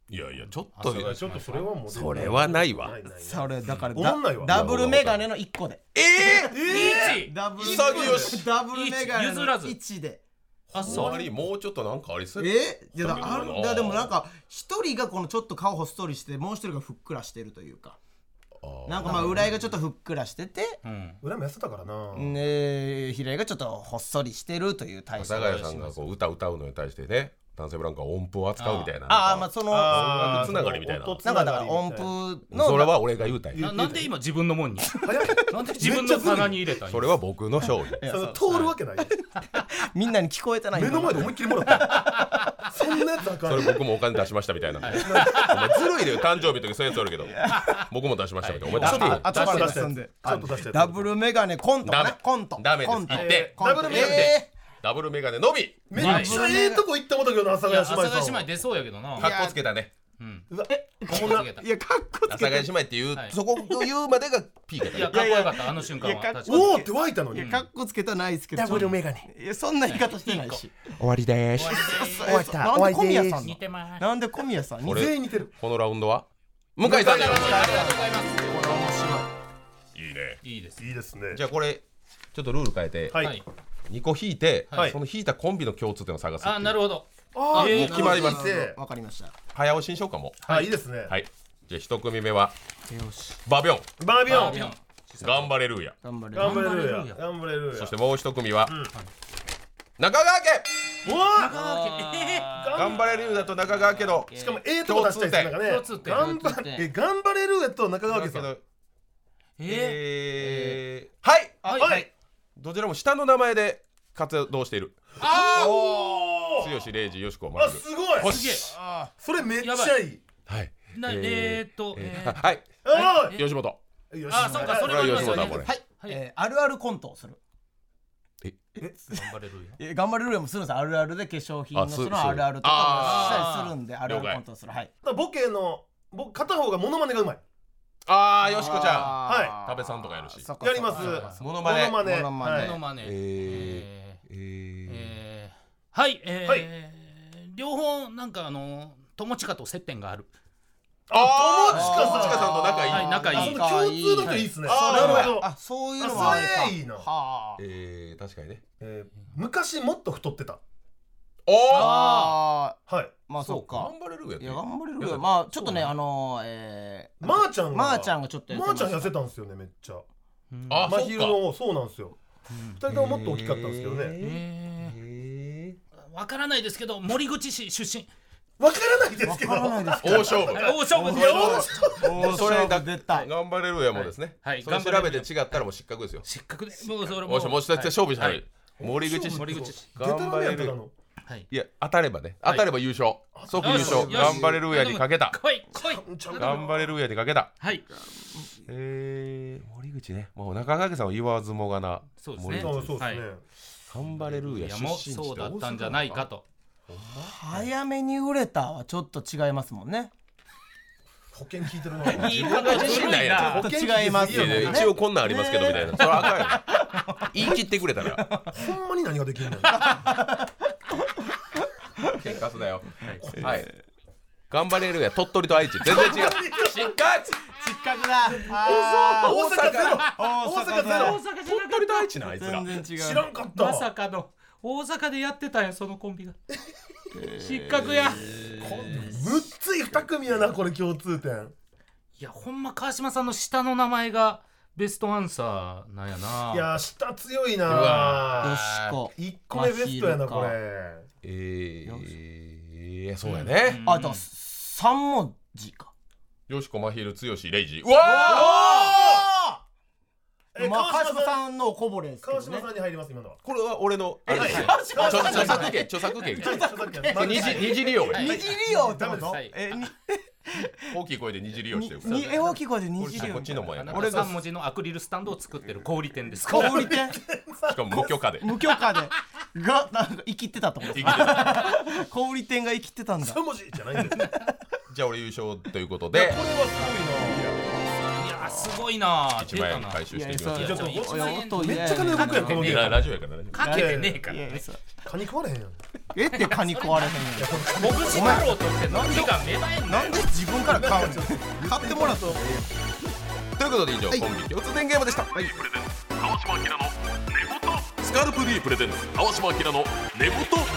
いやいやちょっとちょっとそれはもうそれはないわ。 それだから思んないわダブルメガネのいっこでえいちダブル潔よしダブルメガネ譲らずのいちであそう周りもうちょっとなんかありそう。 えいやだあそうるいやでもなんか一人がこのちょっと顔ほっそりしてもう一人がふっくらしてるというかなんかまあ浦井がちょっとふっくらしててうん裏もやってたからなね平井がちょっとほっそりしてるという体阿佐ヶ谷さんがこう歌歌うのに対してね男性ブランコは音符を扱うみたいな。 ああまあその音楽つながりみたいな。 なんかだから音符のそれは俺が言うたんや。 ななんで今自分のもんになんで自分の棚に入れたんやそれは僕の勝利。 その通るわけないみんなに聞こえてない目の前で思いっきりもらったそんなやつあかんそれ僕もお金出しましたみたいな。お前ずるいでよ誕生日の時そういうやつあるけど僕も出しましたみたいな。お前出してよ。 あとから出して出すんでちょっと出してダブルメガネコントかダメなコントダメですコント言ってコントダブルメガネえダブルメガネのみ。 めっちゃええとこ行ってもうたけどな阿佐いやヶ谷姉妹さん阿佐ヶ谷姉妹出そうやけどなかっこつけたね。 うんうわえこんなつけたーいやかっこ阿佐つけてヶ谷姉妹っていうはいそこを言うまでがピークいややかかっこよかったあの瞬間いやかっこは確かにおおって湧いたのにいやかっこつけたないですけどダブルメガネいやそんな言い方してないし終わりでーす。 終わったなんで小宮さんの似てますなんで小宮さんに俺全員似てるこのラウンドは向井さんでありがとうございますこれ面白いいいね。 いいですいいですねじゃあこれちょっとルール変えてはいはいにこ引いてはいその引いたコンビの共通点を探すっていう。 あなるほどあえーー決まりますなるほどわかりました早押しにしようかも。 はいいいですねはい。じゃあ一組目はよしバビョンバービョンあビヨン頑張れるーや。 頑張れ頑張れる頑張れるやや頑張れるやそしてもう一組はん中川家。 うわえ頑張れるーだと中川家のしかもええとこ出したいですなんかね共通点頑張共通点え頑張れるやと中川家さん中川家のええーはいはいはいどちらも下の名前で活動しているあおー剛レイジよしこまるあすごいほすげえしそれめっちゃいいはいなえーっとええーーはいあえ吉本ーあそうかそれもありますよねこれは吉本だこれはいはいえーあるあるコントをする頑張れるよえー頑張れるよもするんですあるあるで化粧品のあす人のあるあるとかもしたりするんであるあるコントをするはいボケのぼ片方がモノマネがうまいあーよしこちゃは多部さんとかやるしやりますモノマネモノマネモノマネはいモノマネえーえーえーえーはいえはいー両方なんかあの友近と接点があるあー友近さん友近さんと仲いいはい仲いいあその共通だといいっすねはいなるほどあそういうのもあるかあそれいいなはあえー確かにねえー昔もっと太ってたおーあーはいまあそうか頑張れるやついや頑張れるいやよまあちょっとねあのーえーまーちゃんがまーちゃんがちょっとやってましたまーちゃん痩せたんですよねめっちゃうんまあそっかひるのそうなんですよ二人とももっと大きかったんですけどねええーわからないですけど森口市出身わからないですけどわからないですー大勝負大勝負いやおそれだ出た頑張れるやもですね、 はいそれ調べて違ったらもう失格ですよ。 失格でもうそれもしもし勝負したら、 はい森口氏森口氏デタラ頑張れる。 メやったのはいいや当たればね、当たれば優勝。即優勝。 よし頑張れるやにかけた。 来い来いちゃう頑張れるやにかけた。 はいえー、森口ね、もう中川家さんは言わずもがな。 そうですねそうそうですねはい頑張れるやいやもう出身地そうだったんじゃないかと早めに売れたはちょっと違いますもんね保険聞いてるな言い分が自信ないやちょっと違いますいやいや一応こんなんありますけどみたいな。それはあかんよ。言い切ってくれたら。 ほんまに何ができるの喧嘩すなよ。はい。頑張れるや鳥取と愛知全然違う。失格。 失格だあ大阪ゼロ大大阪ゼロ大阪じゃな鳥取と愛知なあいつら。 全然違う知らんかったまさかの大阪でやってたんやそのコンビが失格やむっつい二組やなこれ共通点いやほんま川島さんの下の名前がベストアンサーなんやないや下強いうわなよしこ一個目ベストやなこれえー、いやそうやね。 あだから三文字かよしこまひるつよしレイジ。うわえまあ川島川島さんさんのおこぼれですけどね川島さんに入ります今のはこれは俺のあれですよ。 はい著著作権著作権。 はい著作権これ二次二次利用や。 二次利用ってことはいえに大きい声で二次利用してる。 にえ大きい声で二次利用こっちのもんやな。 俺がさん文字のアクリルスタンドを作ってる小売店です小売店しかも無許可で。 無許可でがなんか生きてたってことですか小売店が生きてたんだ三文字じゃないんですねじゃあ俺優勝ということでこれはすごいないやすごいな。 いちまん円回収していきます。 ちょっといちまん円めっちゃ金動くやんこのゲーム。 ラジオやからね。 かけてねえからね。 カニ食われへんやん。 えってカニ食われへんやほぐし太郎としての手が芽生えんんのなんで自分から買うの買ってもらったということで以上、コンビ共通電ゲームでした。 プレゼンツ川島明の寝言。スカルプ D プレゼンツ川島明の寝言。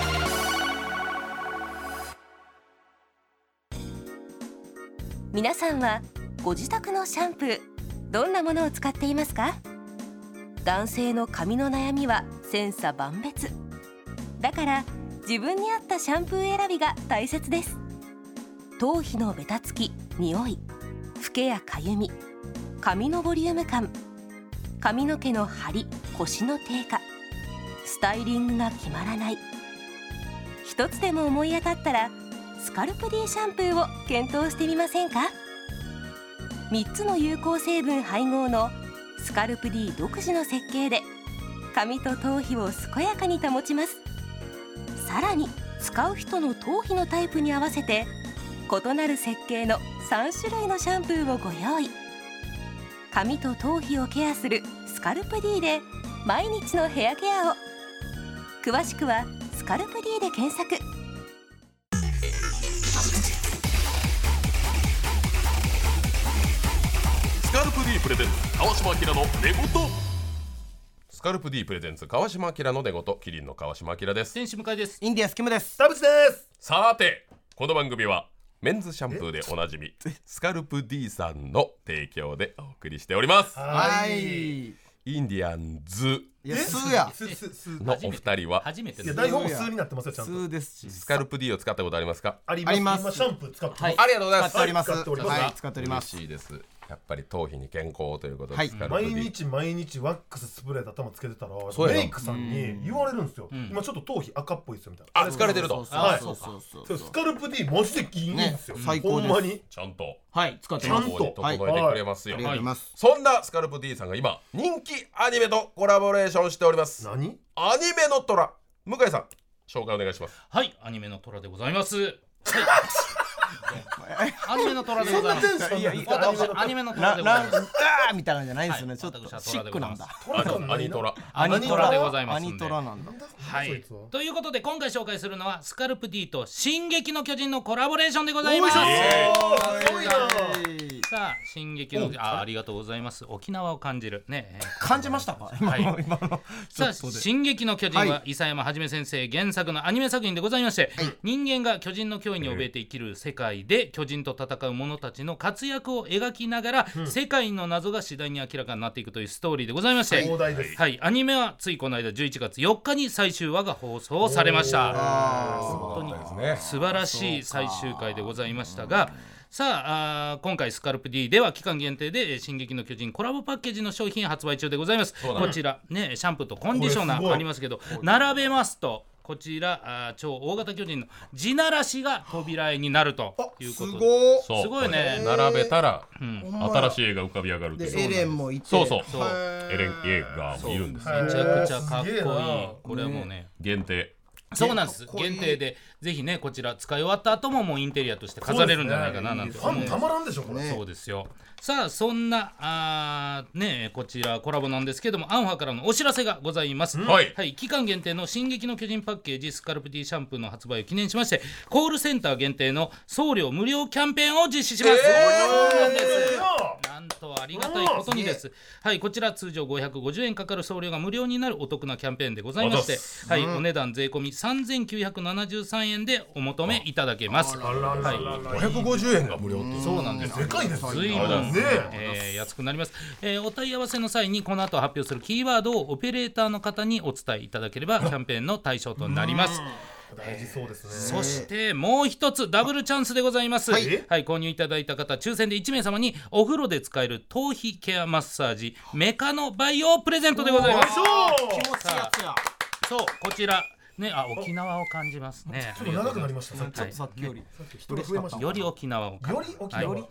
皆さんはご自宅のシャンプーどんなものを使っていますか？男性の髪の悩みは千差万別だから、自分に合ったシャンプー選びが大切です。頭皮のベタつき、匂い、フケやかゆみ、髪のボリューム感、髪の毛の張り、コシの低下、スタイリングが決まらない、一つでも思い当たったらスカルプ D シャンプーを検討してみませんか？みっつの有効成分配合のスカルプ D 独自の設計で髪と頭皮を健やかに保ちます。さらに使う人の頭皮のタイプに合わせて異なる設計のさんしゅるいのシャンプーをご用意。髪と頭皮をケアするスカルプ D で毎日のヘアケアを。詳しくはスカルプ D で検索。 スカルプ D プレゼンツ川島明の寝言。 スカルプ D プレゼンツ川島明の寝言、キリンの川島明です。 天使向井です。 インディアンスキムです。 田淵です。 さて、この番組はメンズシャンプーでおなじみスカルプ D さんの提供でお送りしております。 はいインディアンズいやスーやすすすのお二人は初めていやの台本も数になってますよちスゃんと。 ーですしスカルプ D を使ったことありますか？ ありあります今シャンプー使ってます。 はいありがとうございます。 使っております使っておりますはい使っております嬉しいです。やっぱり頭皮に健康ということで、 はいスカルプ毎 D 日毎日ワックススプレーで頭つけてたらそうやなメイクさんに言われるんですよ。今ちょっと頭皮赤っぽいですよみたいな。 あ、疲れてるとはいそうそうそうそそううスカルプ D マジでいいんですよ。 ね最高ですほんまに。 ちゃんとはい使ってちゃんますと整えてくれますよ。 ありがとうございますそんなスカルプ D さんが今人気アニメとコラボレーションしております。 何？ アニメの虎、向井さん紹介お願いします。 はいアニメの虎でございます。はいアニメの虎でございます。 そんなテンションいやいや私アニメの虎なでございます。 なあーみたいなんじゃないですよね、 はいちょっと私はシッ虎でございますクなんだ。 アニアニトラ。 アニトラでございますアんで。 ニトラなんだ。 はいそいつは。 ということで今回紹介するのはスカルプ D と進撃の巨人のコラボレーションでございます。 おいしそうすごいな。 さあ進撃のあありがとうございます。沖縄を感じるね。えー感じましたか？今はいの今のちょさあっとで。 進撃の巨人はは伊佐山はじめ先生原作のアニメ作品でございまして、人間が巨人の脅威に怯えて生きる世界で巨人と戦う者たちの活躍を描きながら、世界の謎が次第に明らかになっていくというストーリーでございまして、 壮大です。 はい、アニメはついこの間じゅういちがつよっかに最終話が放送されました。本当にですね。 素晴らしい最終回でございましたが、さあ、あ今回スカルプ D では期間限定でえー進撃の巨人コラボパッケージの商品発売中でございます。こちらねシャンプーとコンディショナこれすごいーありますけど、並べますとこちらあ超大型巨人の地ならしが扉絵になるということで、 そうすごいね。 並べたらうん新しい絵が浮かび上がるっていう。 でエレンもいて。 そうそうそうエレン映画もいるんですよ。 めちゃくちゃかっこいいへーすげえな。 これはもうね限定。 そうなんですかっこいい限定でぜひねこちら使い終わった後ももうインテリアとして飾れるんじゃないかななんてファン思うんですたまらんでしょこれ。 そうですよ。さあそんなあーねこちらコラボなんですけども、アンファからのお知らせがございます。 はいはい、期間限定の進撃の巨人パッケージスカルプ D シャンプーの発売を記念しまして、コールセンター限定の送料無料キャンペーンを実施します。そうなんです。なんとありがたいことにです。はいこちら通常ごひゃくごじゅうえんかかる送料が無料になるお得なキャンペーンでございまして、はい、お値段税込みさんぜんきゅうひゃくななじゅうさんえんでお求めいただけます。 あららららごひゃくごじゅうえんが無料って。 そうなんです。 でかいですよ。 随分、 ねえー安くなります、えーお問い合わせの際にこの後発表するキーワードをオペレーターの方にお伝えいただければキャンペーンの対象となります。 大事そうですね。 そしてもう一つダブルチャンスでございます。はい、購入いただいた方抽選でいちめい様にお風呂で使える頭皮ケアマッサージメカノバイオプレゼントでございます。 気持ちいいやつや。 そうこちらね、あ沖縄を感じますね。 ちょっと長くなりました。さっきちょっとさっきより人が増えました。 より沖縄を感じより沖縄。 はい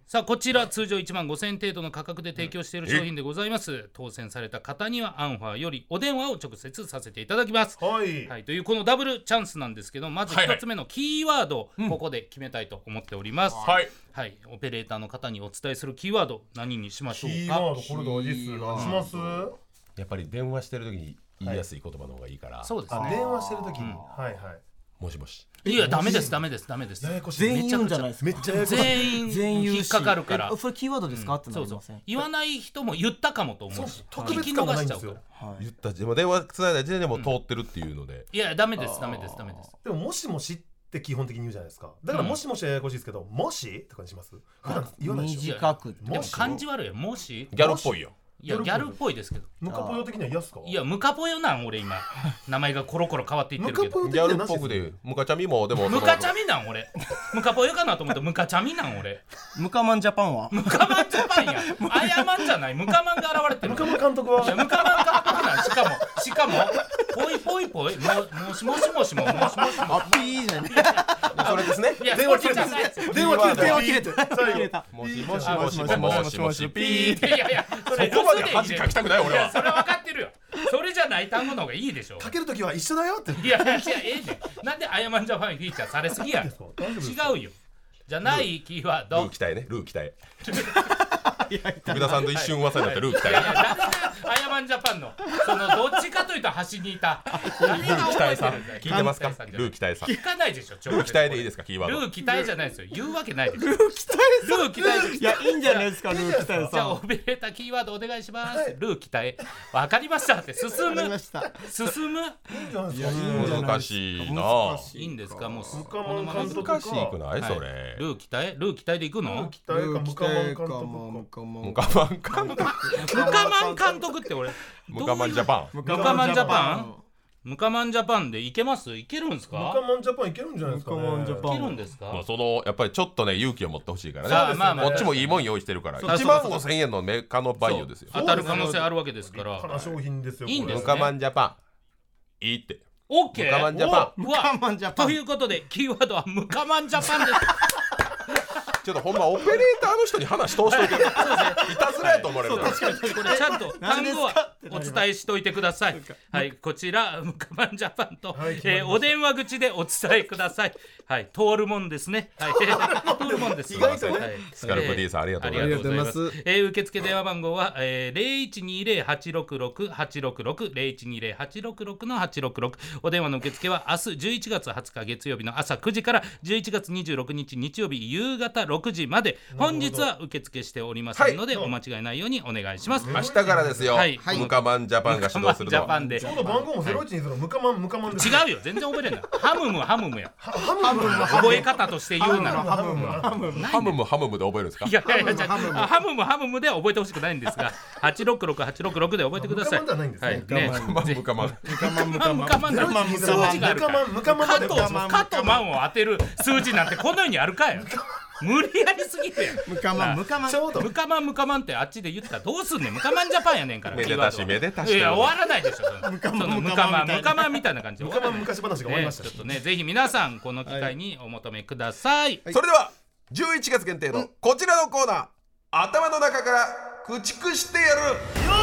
さあこちら通常いちまんごせんえん程度の価格で提供している商品でございます。当選された方にはアンファよりお電話を直接させていただきます。 はい、 はい、というこのダブルチャンスなんですけど、まずひとつめのキーワードをここで決めたいと思っております。 はい、 はい、オペレーターの方にお伝えするキーワード何にしましょうか。 キーワードこれ大事っす。何します？ やっぱり電話してる時に言いやすい言葉の方がいいから、はい、 そうですね。 電話してる時に、うん、はいはい。 もしもし。 いやダメですダメですダメです。 全員言うんじゃないですか。 めっちゃややこしい。 全員引っかかるから。 それキーワードですか、うん、ってなりません。そうそう言わない人も言ったかもと思うし、 特別感がないんですよ。 はい、言ったでも電話つないだ時点でも通ってるっていうので、うん、 いやダメですダメですダメです。 でももしもしって基本的に言うじゃないですか。だからもしもしはややこしいですけど、うん、もしとかにします。普段言わないでしょ。 短く。 でも漢字悪いよ。もしギャルっぽいよ。 いやギャルっぽいですけど、 ムカポヨ的には嫌っすか？ いやムカポヨなん俺今名前がコロコロ変わっていってるけど、 ギャルっぽくでムカチャミもでもムカチャミなん俺ムカポヨかなと思ってムカチャミなん俺。 ムカマンジャパンはムカマンジャパンやアヤマンじゃないムカマンが現れてる。 ムカマン監督はムカマン監督なん。しかもしかもぽいぽいぽいももしもしもしももしもしもあピーじゃねそれですね。 電話切れた電話切れた電話切れた最後もしもしもしもしもしもしピー。 いやいやそれそこまで恥かきたくない俺は。 それは分かってるよ。それじゃない単語の方がいいでしょ。 かけるときは一緒だよって。 いやいやええねん。なんでアヤマンジャパンフィーチャーされすぎや。違うよ。じゃないキーワード。 ルー期待ね。ルー期待。福田さんと一瞬噂になったルー期待。 いやいや誰がアヤマンジャパンのそのどっちかというと端にいた。誰が覚えてるんだよ。 聞いてますか？ルー期待さん。 聞かないでしょ。 ルー期待でいいですかキーワード。 ルー期待じゃないですよ。言うわけないでしょ。 ルー期待ルー期待。 いやいいんじゃないですかルー期待さん。 じゃあオペレーターキーワードお願いします。ルー期待。わかりましたって進む。進む。 難しいな。 いいんですかもう難しいくないそれ。 ルー期待ルー期待でいくの？ ルー期待かムカマン監督か。 ムカマン監督。 ムカマン監督って俺。 ムカマンジャパン。 ムカマンジャパン。ムカマンジャパンでいけます？いけるんですか？ ムカマンジャパンいけるんじゃないですかね。 いけるんですか？ まあそのやっぱりちょっとね勇気を持ってほしいからね。 まあまあこっちもいいもん用意してるから。いちまんごせんえんのメカのバイオですよ。 当たる可能性あるわけですから。 立派な商品ですよ。 いいんですね。 ムカマンジャパンいいって。 オッケー。 ムカマンジャパン。 ムカマンジャパン。ということでキーワードはムカマンジャパンです。 ちょっとほんまオペレーターの人に話通しといて。いたずらやと思われる。 確かにこれちゃんと単語はお伝えしといてください。はい、こちらムカマンジャパンと、はいえー、お電話口でお伝えください。はい、通るもんですね。はい、通るもんです。 意外とね。 はい、スカルプ D さんありがとうございます。 えー、受付電話番号は、えー、ゼロいちにゼロ はちろくろく はちろくろく ゼロいちにゼロ はちろくろく はちろくろく。お電話の受付は明日じゅういちがつはつか月曜日の朝くじからじゅういちがつにじゅうろくにち日曜日夕方ろくじまで本日は受付しておりますので、はい、お間違いないようにお願いします。 明日からですよ。はい、ムカマンジャパンが始動するのは。 ちょうど番号もゼロいちにゼロムカマンムカマンです。 違うよ全然覚えれない。ハムムハムムや。ハムム覚え方として言うならハムムハムムハムムハムムで覚えるんですか？ いやいやいやじゃあハムムハムムで覚えてほしくないんですがはちろくろく はちろくろくで覚えてください。 ムカマンじゃないんですね。 ムカマンムカマンムカマンムカマンムカマンだ。数字があるからムカマンカとカとマンを当てる数字なんてこの世にあるかよ。無理やりすぎるやん。 ムカマンムカマンムカマンムカマンってあっちで言ったらどうすんねん。ムカマンジャパンやねんから。 めでたしめでたし。 いや終わらないでしょ。ムカマンムカマンムカマンみたいな感じで。 ムカマン昔話が終わりました。 ちょっとねぜひ皆さんこの機会にお求めください。 それではじゅういちがつ限定のこちらのコーナー、頭の中から駆逐してやる。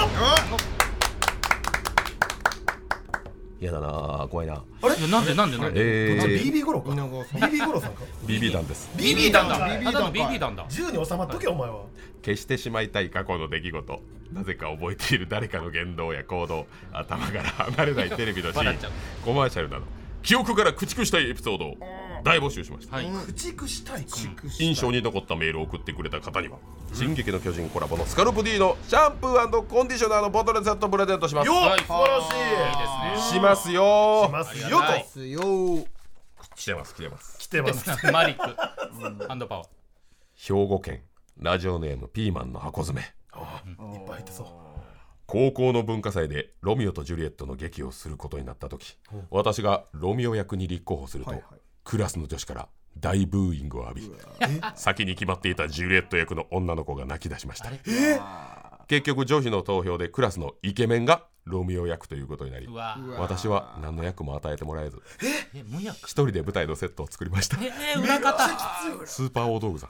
嫌だな怖いな。 あれなんでなんでなんで。 えー、 ビービー ゴロか。ビービー ゴロさんか。 ビービー 弾です。 ビービー 弾だ。ただの ビービー 弾だ。 銃に収まっとけお前は。 消してしまいたい過去の出来事、なぜか覚えている誰かの言動や行動、頭から離れないテレビのシーンコマーシャルなど記憶から駆逐したいエピソードを大募集しました。 はい、 駆逐したいか。 印象に残ったメールを送ってくれた方には、うん、進撃の巨人コラボのスカルプ D のシャンプー&コンディショナーのボトルセットプレゼントします。 よっ、はい、素晴らしい。 いいですね。 しますよしますよと来てます来てます来てますマリックハンドパワー。 兵庫県ラジオネームピーマンの箱詰め。 ああ、いっぱい入ってそう。 高校の文化祭でロミオとジュリエットの劇をすることになった時、私がロミオ役に立候補すると、はいはい、クラスの女子から大ブーイングを浴び、先に決まっていたジュリエット役の女の子が泣き出しました。 え結局女子の投票でクラスのイケメンがロミオ役ということになり、私は何の役も与えてもらえず、一人で舞台のセットを作りました。 えー、裏方スーパー大道具さん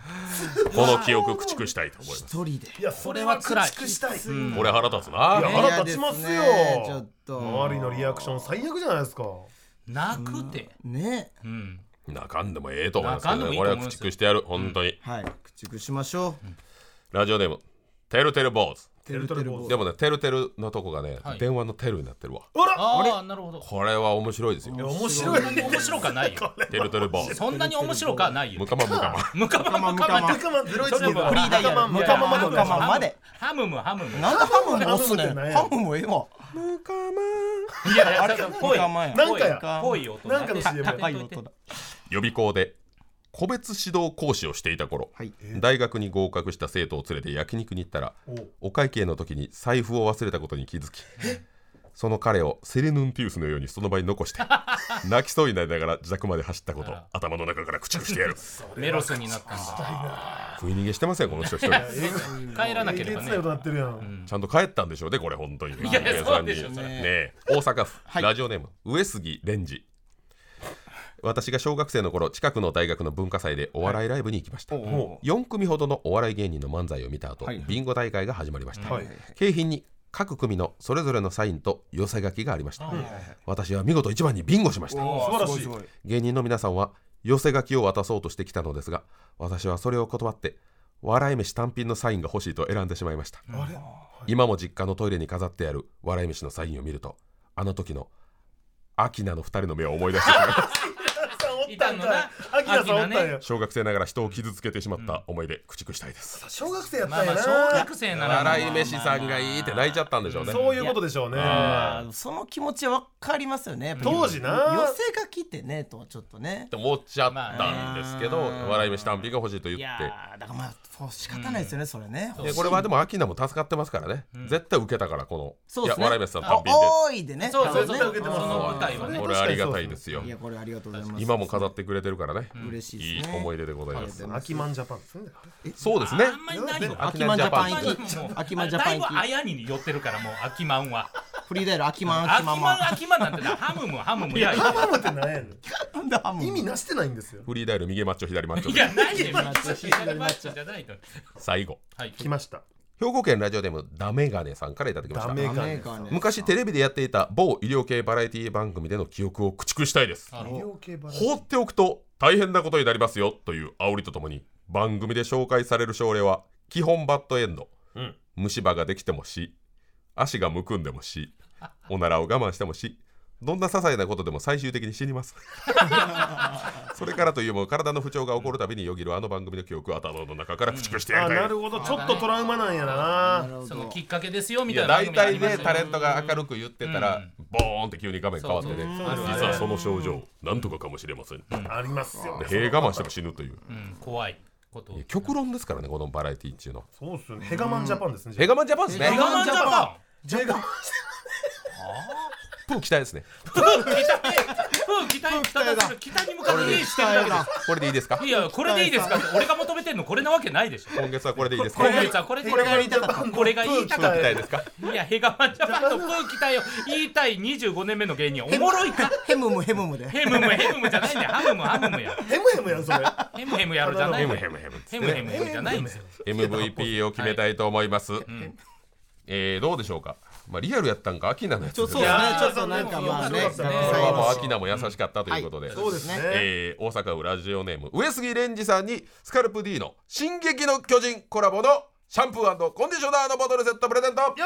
この記憶駆逐したいと思います。 一人でいやそれは駆逐したい。 うんこれ腹立つな。 いや腹立ちますよ。 嫌ですねちょっと周りのリアクション最悪じゃないですか。 なくて、 ねうん、 泣かんでもええと思いますけどね。 泣かんでもいいことれは思います駆逐してやる本当に。 はい駆逐しましょう。 ラジオネームてるてる坊主。 てるてる坊主でもねてるてるのとこがね、 はい電話のテルになってるわ。 あらああなるほど。 これは面白いですよ。 いや面白い。 そんなに面白かないよ。 てるてる坊主。 そんなに面白かないよ。 むかまむかま。 ムカマムカマムカマゼロいちにそれもフリーダイヤルムカマまでムカマまでハムムハムム。 なんでハムも押すねんハムって何やハムもええわむかま。 いやいやあれぽいムカマやなんかやぽい音。 なんかの シーエム高い音だ。 予備校で個別指導講師をしていた頃、 はい大学に合格した生徒を連れて焼肉に行ったら、お会計の時に財布を忘れたことに気づき、その彼をセレヌンティウスのようにその場に残して泣きそうになりながら自宅まで走ったこと、頭の中から駆逐してやる。 メロスになったんだ。 食い逃げしてませんこの人一人。 帰らなければねえげつないことなってるやん。 ちゃんと帰ったんでしょうねこれ本当に。 いやいやそうでしょねそれえ大阪府、ラジオネーム上杉蓮司。私が小学生の頃近くの大学の文化祭でお笑いライブに行きました、 およん組ほどのお笑い芸人の漫才を見た後、 はいビンゴ大会が始まりました、 はい景品に各組のそれぞれのサインと寄せ書きがありました、私は見事一番にビンゴしました。 素晴らしい。 芸人の皆さんは寄せ書きを渡そうとしてきたのですが、私はそれを断って笑い飯単品のサインが欲しいと選んでしまいました。 あれ今も実家のトイレに飾ってある笑い飯のサインを見ると、あの時のアキナのふたりの目を思い出してしまいますいたのな。 アキラさんおったんや。 小学生ながら人を傷つけてしまった思い出駆逐したいです、 小学生やっまあまあたんやな。 小学生なら笑い飯さんがいいって泣いちゃったんでしょうね。 そういうことでしょうね。 あーその気持ちわかりますよね。 当時な寄せ書きってねとはちょっとね。 って思っちゃったんですけど、 まあね笑い飯単品が欲しいと言いやって、 ーだからまあそう仕方ないですよね、それね。 でこれはでもアキナも助かってますからね、絶対受けたからこのそうですね。 いや笑い飯さん単品おーいでね。 そうそうそうね絶対受けてますその舞台はでねこれありがたいですよ。 いやこれありがとうございます。 今も飾ってくれてるからね、 嬉しいいいですね。 思い出でございます。 アキマンジャパンですね。 そうですね。 あんまりないよ。 アキマンジャパン行アき。 もうアキマンジャパン行き。 だいぶあやに寄ってるからもうアキマンは。 フリーダイヤルアキマンアアキマンキマンマン。 アキマンなんてなハムムハムムやいハムって何やねなんでハムん。意味なしてないんですよ。 フリーダイヤル右マッチョ左マッチョでやないでマッチョ左マッチョじゃないと。 最後、 はい。 来ました。 兵庫県ラジオネームダメガネさんからいただきました。 ダメダメかね。 昔テレビでやっていた某医療系バラエティ番組での記憶を駆逐したいです。 あ医療の系バラエティ放っておくと大変なことになりますよという煽りとともに、番組で紹介される症例は基本バッドエンド、 うん、 虫歯ができてもし、足がむくんでもし、おならを我慢してもし、どんな些細なことでも最終的に死にますそれからというも体の不調が起こるたびによぎるあの番組の記憶を頭の中から駆逐してやあ、 りたい。 なるほど。ちょっとトラウマなんやな。 そのきっかけですよみいたいな番や大体組ありますよねタレントが明るく言ってたら、 うんボーンって急に画面変わってね、 そうそう実はその症状なんとかかもしれません、 ありますよ。 で塀我慢しても死ぬという、 うん怖いことをいや極論ですからねこのバラエティーっていうのは。 そうっすよね。ヘガマンジャパンですね。 ヘガマンジャパンですね。 ヘガマンジャパンジェガマン。 プー期待ですね。 北へうん北へ北だ北に向かってしてるだけですこれでいいですか。 いやこれでいいですかって俺が求めてんのこれなわけないでしょ。 今月はこれでいいですか。 今月はこれこれが言いたかったこれが言いたプかっー期待ですか。 たいやヘガマンジャパンの空気体を言いたいにじゅうごねんめの芸人はおもろいかヘムムヘムムで。 ヘムムヘムムじゃないんだよハムムハムムやヘムヘムやんそれ。 ヘムヘムやるじゃないヘんだよムヘムヘムヘムヘムヘムじゃないんですよ。 エムブイピー を決めたいと思います、えー、どうでしょうか。まあリアルやったんかアキナのやつですね。 ちょそうですねいやーちょっとなんかまあね。 そうですねこれはもうアキナも優しかったということで、 そうですね。 えー、大阪府ラジオネーム上杉蓮司さんにスカルプ D の進撃の巨人コラボのシャンプー&コンディショナーのボトルセットプレゼント。 よ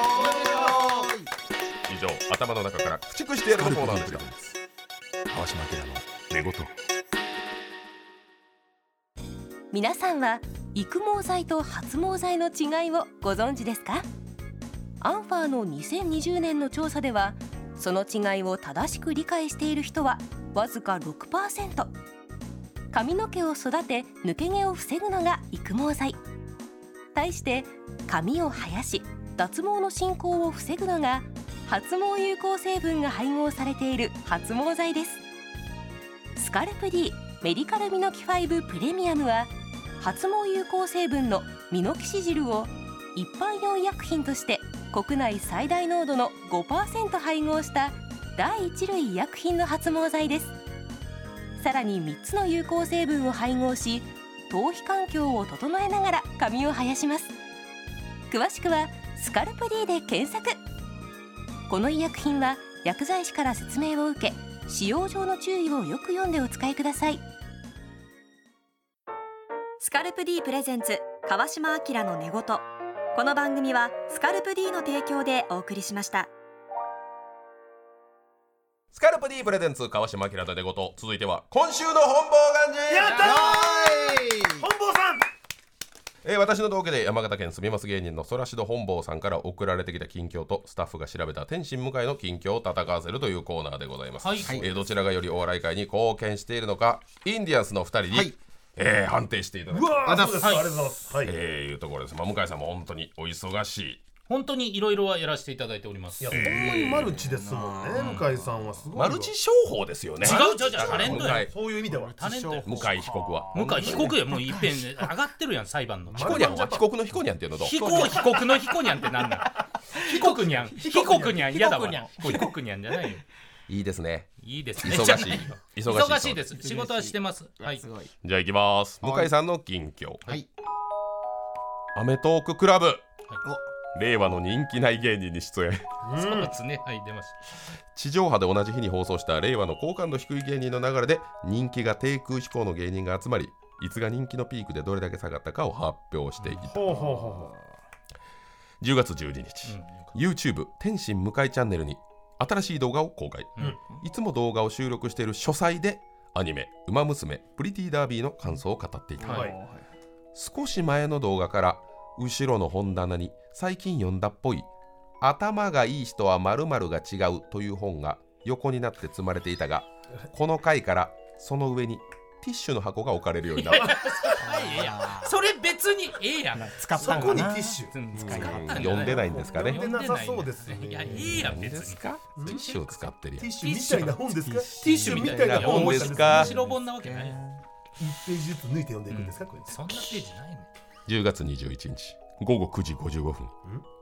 以上頭の中から駆逐してやるのコーナーでした。川島明の寝言。 皆さんは育毛剤と発毛剤の違いをご存知ですか？アンファーのにせんにじゅうねんの調査ではその違いを正しく理解している人はわずか ろくパーセント。 髪の毛を育て抜け毛を防ぐのが育毛剤。対して髪を生やし脱毛の進行を防ぐのが発毛有効成分が配合されている発毛剤です。スカルプ D メディカルミノキファイブプレミアムは発毛有効成分のミノキシジルを一般用医薬品として国内最大濃度の ごパーセント 配合した第一類医薬品の発毛剤です。さらにみっつの有効成分を配合し頭皮環境を整えながら髪を生やします。詳しくはスカルプ D で検索。この医薬品は薬剤師から説明を受け、使用上の注意をよく読んでお使いください。 スカルプ D プレゼンツ川島明の寝言。この番組はスカルプ D の提供でお送りしました。 スカルプ D プレゼンツ川島明の寝言。続いては今週の本望願寺。 やったー本坊さん。 えー、私の同家で山形県住みます芸人のソラシド本坊さんから送られてきた近況とスタッフが調べた天心向井の近況を戦わせるというコーナーでございます、 はい。 えー、どちらがよりお笑い界に貢献しているのかインディアンスのふたりに、はい、えー、判定していただきうわー、そうです、 はいありがとうございます、はい、 えー、いうところです。まあ、向井さんも本当にお忙しい。 本当にいろいろはやらせていただいております。 いや、ほんまにマルチですもんね、向井さんはすごいマルチ商法ですよね。 違う違う違う、タレントや。 そういう意味ではタレントや。 向井被告は向井被告や、もういっぺん上がってるやん、裁判の。 ヒコニャンは被告のヒコニャンっていうのと被告被告の被告ニャンってなんなん。被告ニャン被告ニャン嫌だわ。被告ニャンじゃないよ。 いいですね。 いいですね。 忙しい忙しい忙しいです。仕事はしてます。はい。 じゃあ行きます。向井さんの近況。 はい。 アメトーククラブ。令和の人気ない芸人に出演。 そうですね。はい、出ました。 地上波で同じ日に放送した令和の好感度低い芸人の流れで人気が低空飛行の芸人が集まり、いつが人気のピークでどれだけ下がったかを発表していた。 ほうほうほうほう。 じゅうがつじゅうににち、うん、YouTube 天心向井チャンネルに新しい動画を公開、うん、いつも動画を収録している書斎でアニメ「ウマ娘プリティダービー」の感想を語っていた、はい、少し前の動画から後ろの本棚に最近読んだっぽい頭がいい人は〇〇が違うという本が横になって積まれていたが、この回からその上にティッシュの箱が置かれるようになったそれ別にええやん。 使ったんかな。 そこにティッシュ、 うん、使い方読んでないんですかね。 読んでなさそうですね。 いや、いいやん別に。 ティッシュを使ってるやん。 ティッシュみたいな本ですか。 ティッシュみたいな本ですか。 白本なわけない。 いちページずつ抜いて読んでいくんですか、これ。 そんなページないの。 じゅうがつにじゅういちにちごごくじごじゅうごふん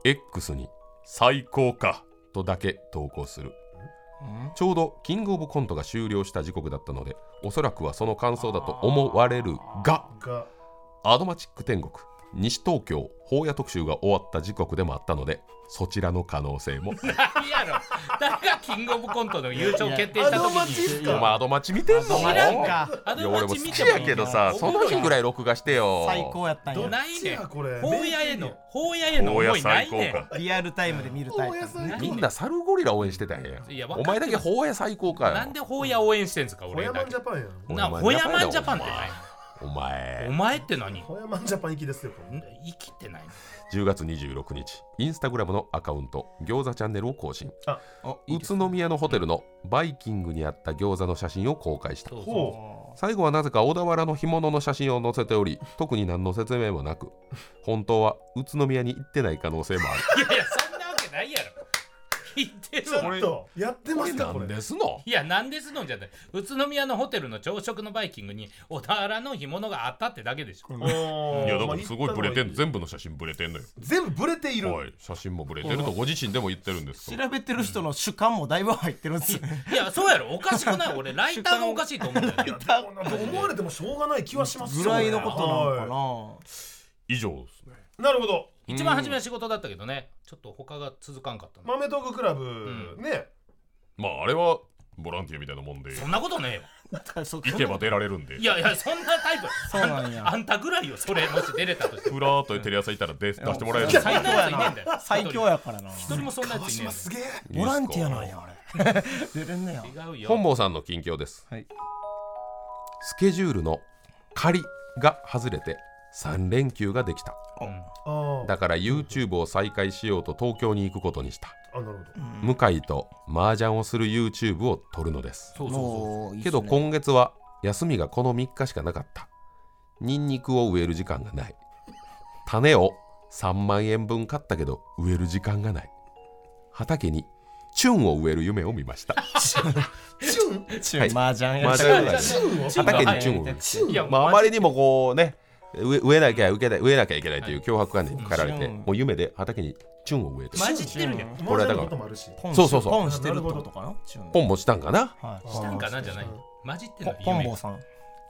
X に最高かとだけ投稿する。ちょうどキングオブコントが終了した時刻だったので、おそらくはその感想だと思われるが、アドマチック天国西東京宝屋特集が終わった時刻でもあったので、そちらの可能性も。 何やろ、誰がキングオブコントの優勝決定した時にお前アドマチ見てんの？ 知らんか。 いや俺も好きやけどさ、その日ぐらい録画してよ。 最高やったんや。 ないねん。宝屋への宝屋への思いないねん。 リアルタイムで見るタイプですね。 みんなサルゴリラ応援してたんや。お前だけ宝屋最高かよ。 なんで宝屋応援してんすか俺だけ。 ホヤマンジャパンやん。 なホヤマンジャパンってない。 お前お前って何？ ホヤマンジャパン行きですよ。 生きてないの。 じゅうがつにじゅうろくにちインスタグラムのアカウント餃子チャンネルを更新。あ宇都宮のホテルのバイキングにあった餃子の写真を公開した。 そうそう、 最後はなぜか小田原の干物の写真を載せており、特に何の説明もなく、本当は宇都宮に行ってない可能性もある。 いやいや、そんなわけないやろ。言ってる。 ちょっとやってますかこれ。 なんですの？ いや、なんですのじゃない。宇都宮のホテルの朝食のバイキングに小田原の干物があったってだけでしょ。 いやだからすごいブレてんの。全部の写真ブレてんのよ。 全部ブレている。 はい、写真もブレてるとご自身でも言ってるんです調べてる人の主観もだいぶ入ってるんですよ。 いや、そうやろ。おかしくない。俺ライターがおかしいと思うんだよ。 思われてもしょうがない気はしますよね。 ぐらいのことなのかな。 以上ですね。 なるほど。 一番初めは仕事だったけどね、ちょっと他が続かんかった。 豆トーククラブ、うん、ね。 まああれはボランティアみたいなもんで。 そんなことねえよ。 行けば出られるんで。 いやいや、そんなタイプ。 そうなんや。 あんたぐらいよ、それもし出れたとして。 ふらーっとテレ朝行ったら出してもらえる。 最強やな。 最強やからな。 一人もそんなやついねえ。 すげえ。 ボランティアなんやあれ。出れんねや。 違うよ。 本坊さんの近況です。 はい。 スケジュールの仮が外れてさんれんきゅうができた。 うん、 だから YouTube を再開しようと東京に行くことにした。 あ、なるほど。向井と麻雀をする YouTube を撮るのです。 そうそうそう。 けど今月は休みがこのみっかしかなかった。ニンニクを植える時間がない。種をさんまんえんぶん買ったけど植える時間がない。畑にチュンを植える夢を見ました。 チュン？ チュン、麻雀や。 畑にチュンを植える。まああまりにもこうね、植え、植えなきゃ植えな、植えなきゃいけないという脅迫観念に駆られて、もう夢で畑にチュンを植えてマジってるやん。 これはだからそうそうそう、ポンしてるってことかな。 ポンもしたんかな。 したんかなじゃない。マジってる。 ポンボさん。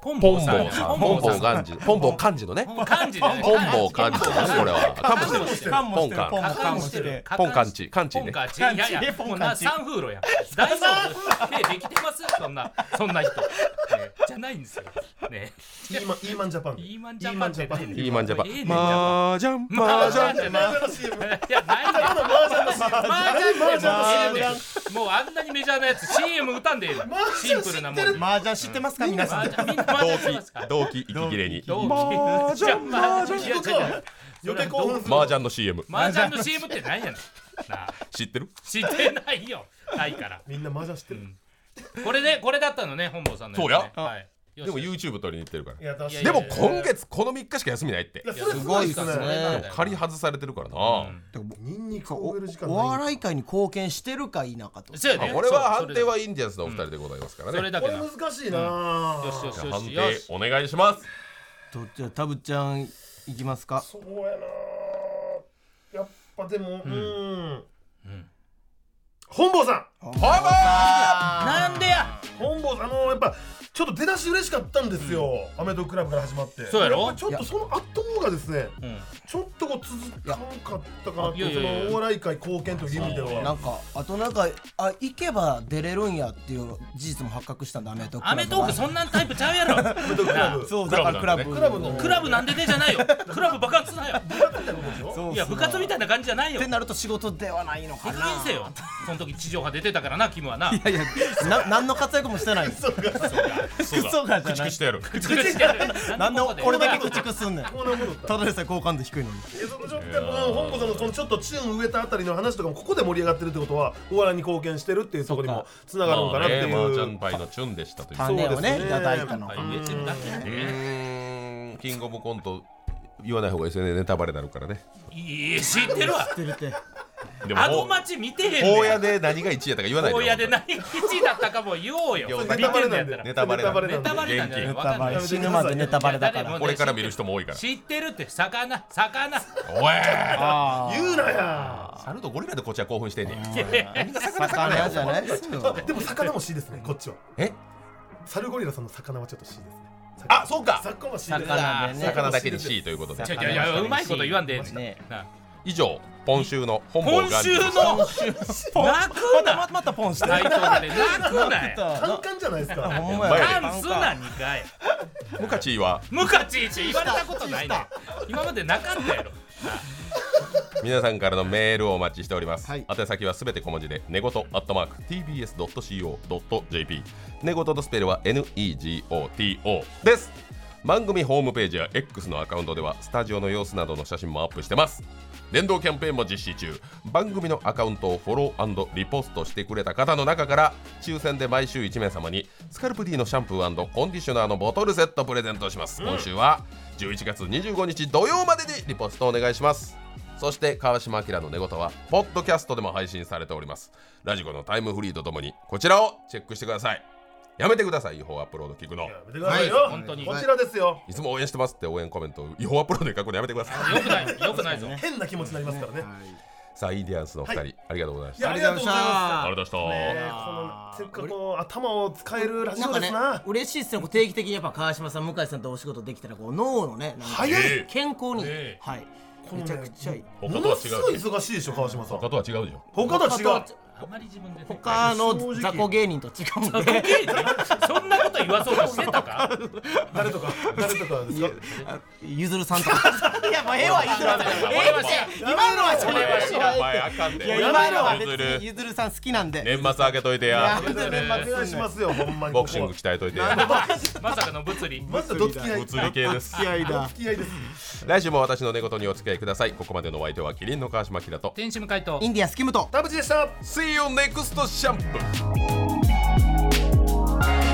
ポンポンボボさんウさんポンボウ漢字ポンボウ漢字のね漢字でねポンボウ漢字のねこれはかもしてるカンもポンしてるポンカもカンもしてるポンカンチカンチねポンカンチいやいやもうなサンフーロや大丈夫手できてますそんなそんな人、ね、じゃないんですよねイーマンイーマンジャパンイーマンジャパンって何イーマンジャパンええねんマージャンマージャンじゃないいやないねんマージャンの シーエム マージャンの シーエム もうあんなにメジャーなやつ シーエム 歌んでええのシンプルなもん麻雀知ってますか皆さん。 マージャンみんなマージャン知ってますか同期息切れに同期マージャンマージャンいや違う違う余計興奮するマージャンの シーエムマージャンの シーエム って何やねんなあ知ってる知ってないよないからみんな麻雀知ってるこれでこれだったのね本坊さんのやつねそうやはいよしでも YouTube 取りに行ってるからいや確かにでも今月このみっかしか休みないっていやそれすごいですねすごいっすねでも仮外されてるからなニンニクを植える時間おない笑い界に貢献してるか否かと。 そうやねこれはそう判定はインディアンスのお二人でございますからねそれだけなよこれ難しいなしよしじゃあ判よしよし定お願いしますどっちタブちゃんいきますか。 そうやなやっぱでもうん本坊さん本坊なんでや本坊さんあのやっぱちょっと出だし嬉しかったんですよ、アメトーーククラブから始まってそうやろっぱりちょっとその後がですねうんちょっとこう続かんかったかなっていやいやいやそのお笑い界貢献という意味ではなんかあとなんかあ行けば出れるんやっていう事実も発覚したんだアメトーク。 アメトークそんなタイプちゃうやろアメトーーククラブそうだからクラブクラブのクラブなんででじゃないよクラブ爆発なよそういや部活みたいな感じじゃないよってなると仕事ではないのいかな。 い加減にせよその時地上波出てたからなキムはないやいやな何の活躍もしてないんです。 そうかクソがじゃない駆逐してやる口々してやるなんで俺だけ駆逐すんねん。 コーナー戻ったただでさえ好感度低いのに。 いやそのちょっとやっぱ本郷さんのこのちょっとチューン植えたあたりの話とかもここで盛り上がってるってことはお笑いに貢献してるっていうところにもつながるんかなっていう、 まあねマージャンパイのチュンでしたという種をねそうですねいただいたのはいか。 植えてるだけやうでーんキングオブコント言わない方がいいですよねネタバレになるからねいや知ってるわ知ってるって。 でアドマチ見てへんねん荒野で何がいちいやったか言わないで荒野で何いちいだったかも言おうよいや見てんのやったらネタバレなんでネタバレなんじゃない元わかんないネタバレ死ぬまでネタバレだから。 もうこれから見る人も多いから知ってるって魚魚おいあ言うなや猿とゴリラでこっちは興奮してんねん魚じゃないですよ。 でも魚も C ですねこっちはえサルゴリラさんの魚はちょっと C ですねあそうか魚は C です魚でね。 魚だけに C ということでいやいやうまいこと言わんでええねんねな以上今週の本坊今週の泣くなままたポンしてタイトルで泣くなよカンカンじゃないですかほんま前や。 パンスなにかいムカチーはムカチーチ言われたことないね今までなかったやろ皆さんからのメールをお待ちしております、 はい宛先はすべて小文字で寝言アットマーク ティービーエスドットシーオードットジェーピー 寝言のスペルは エヌイージーオーティーオー です番組ホームページや X のアカウントではスタジオの様子などの写真もアップしてます連動キャンペーンも実施中番組のアカウントをフォロー&リポストしてくれた方の中から抽選で毎週いち名様にスカルプ D のシャンプー&コンディショナーのボトルセットプレゼントします、うん、今週はじゅういちがつにじゅうごにち土曜までにリポストお願いしますそして川島明の寝言はポッドキャストでも配信されておりますラジコのタイムフリーとともにこちらをチェックしてくださいやめてください違法アップロード聞くのやめてくださいよ、 はい本当にこちらですよいつも応援してますって応援コメント違法アップロードで書くのやめてくださいよくないよくないぞ変な気持ちになりますからね、 さあインディアンスのお二人、はい、ありがとうございましいやたありがとうございますありがとうございまねえこのせっかくこう頭を使えるラジなんかねオですな嬉しいっすね。こう定期的にやっぱ川島さん向井さんとお仕事できたらこう脳のねなんか早いえ健康にええはいこのねめちゃくちゃいい。 他とはものすごい違う忙しいでしょ川島さん他とは違うでしょ他とは違うあまり自分でね他の雑魚芸人と違うんで。 そんなこと言わそうとしてたか誰とか誰とかですかゆずるさんとか。いやもうええわゆずるさん。ええわ今のはそれは知らん。 お前あかんでいや今のは別ゆずるにゆずるさん好きなんで。 年末開けといてやいやお願いしますよほんまにボクシング鍛えといてやまさかの物理またどつき合い物理系です気合いだ。 付き合いです来週も私の寝言にお付き合いくださいここまでのお相手はキリンの川島明と天使向かいとインディアンスキムと。 田淵でした See you next シャンプー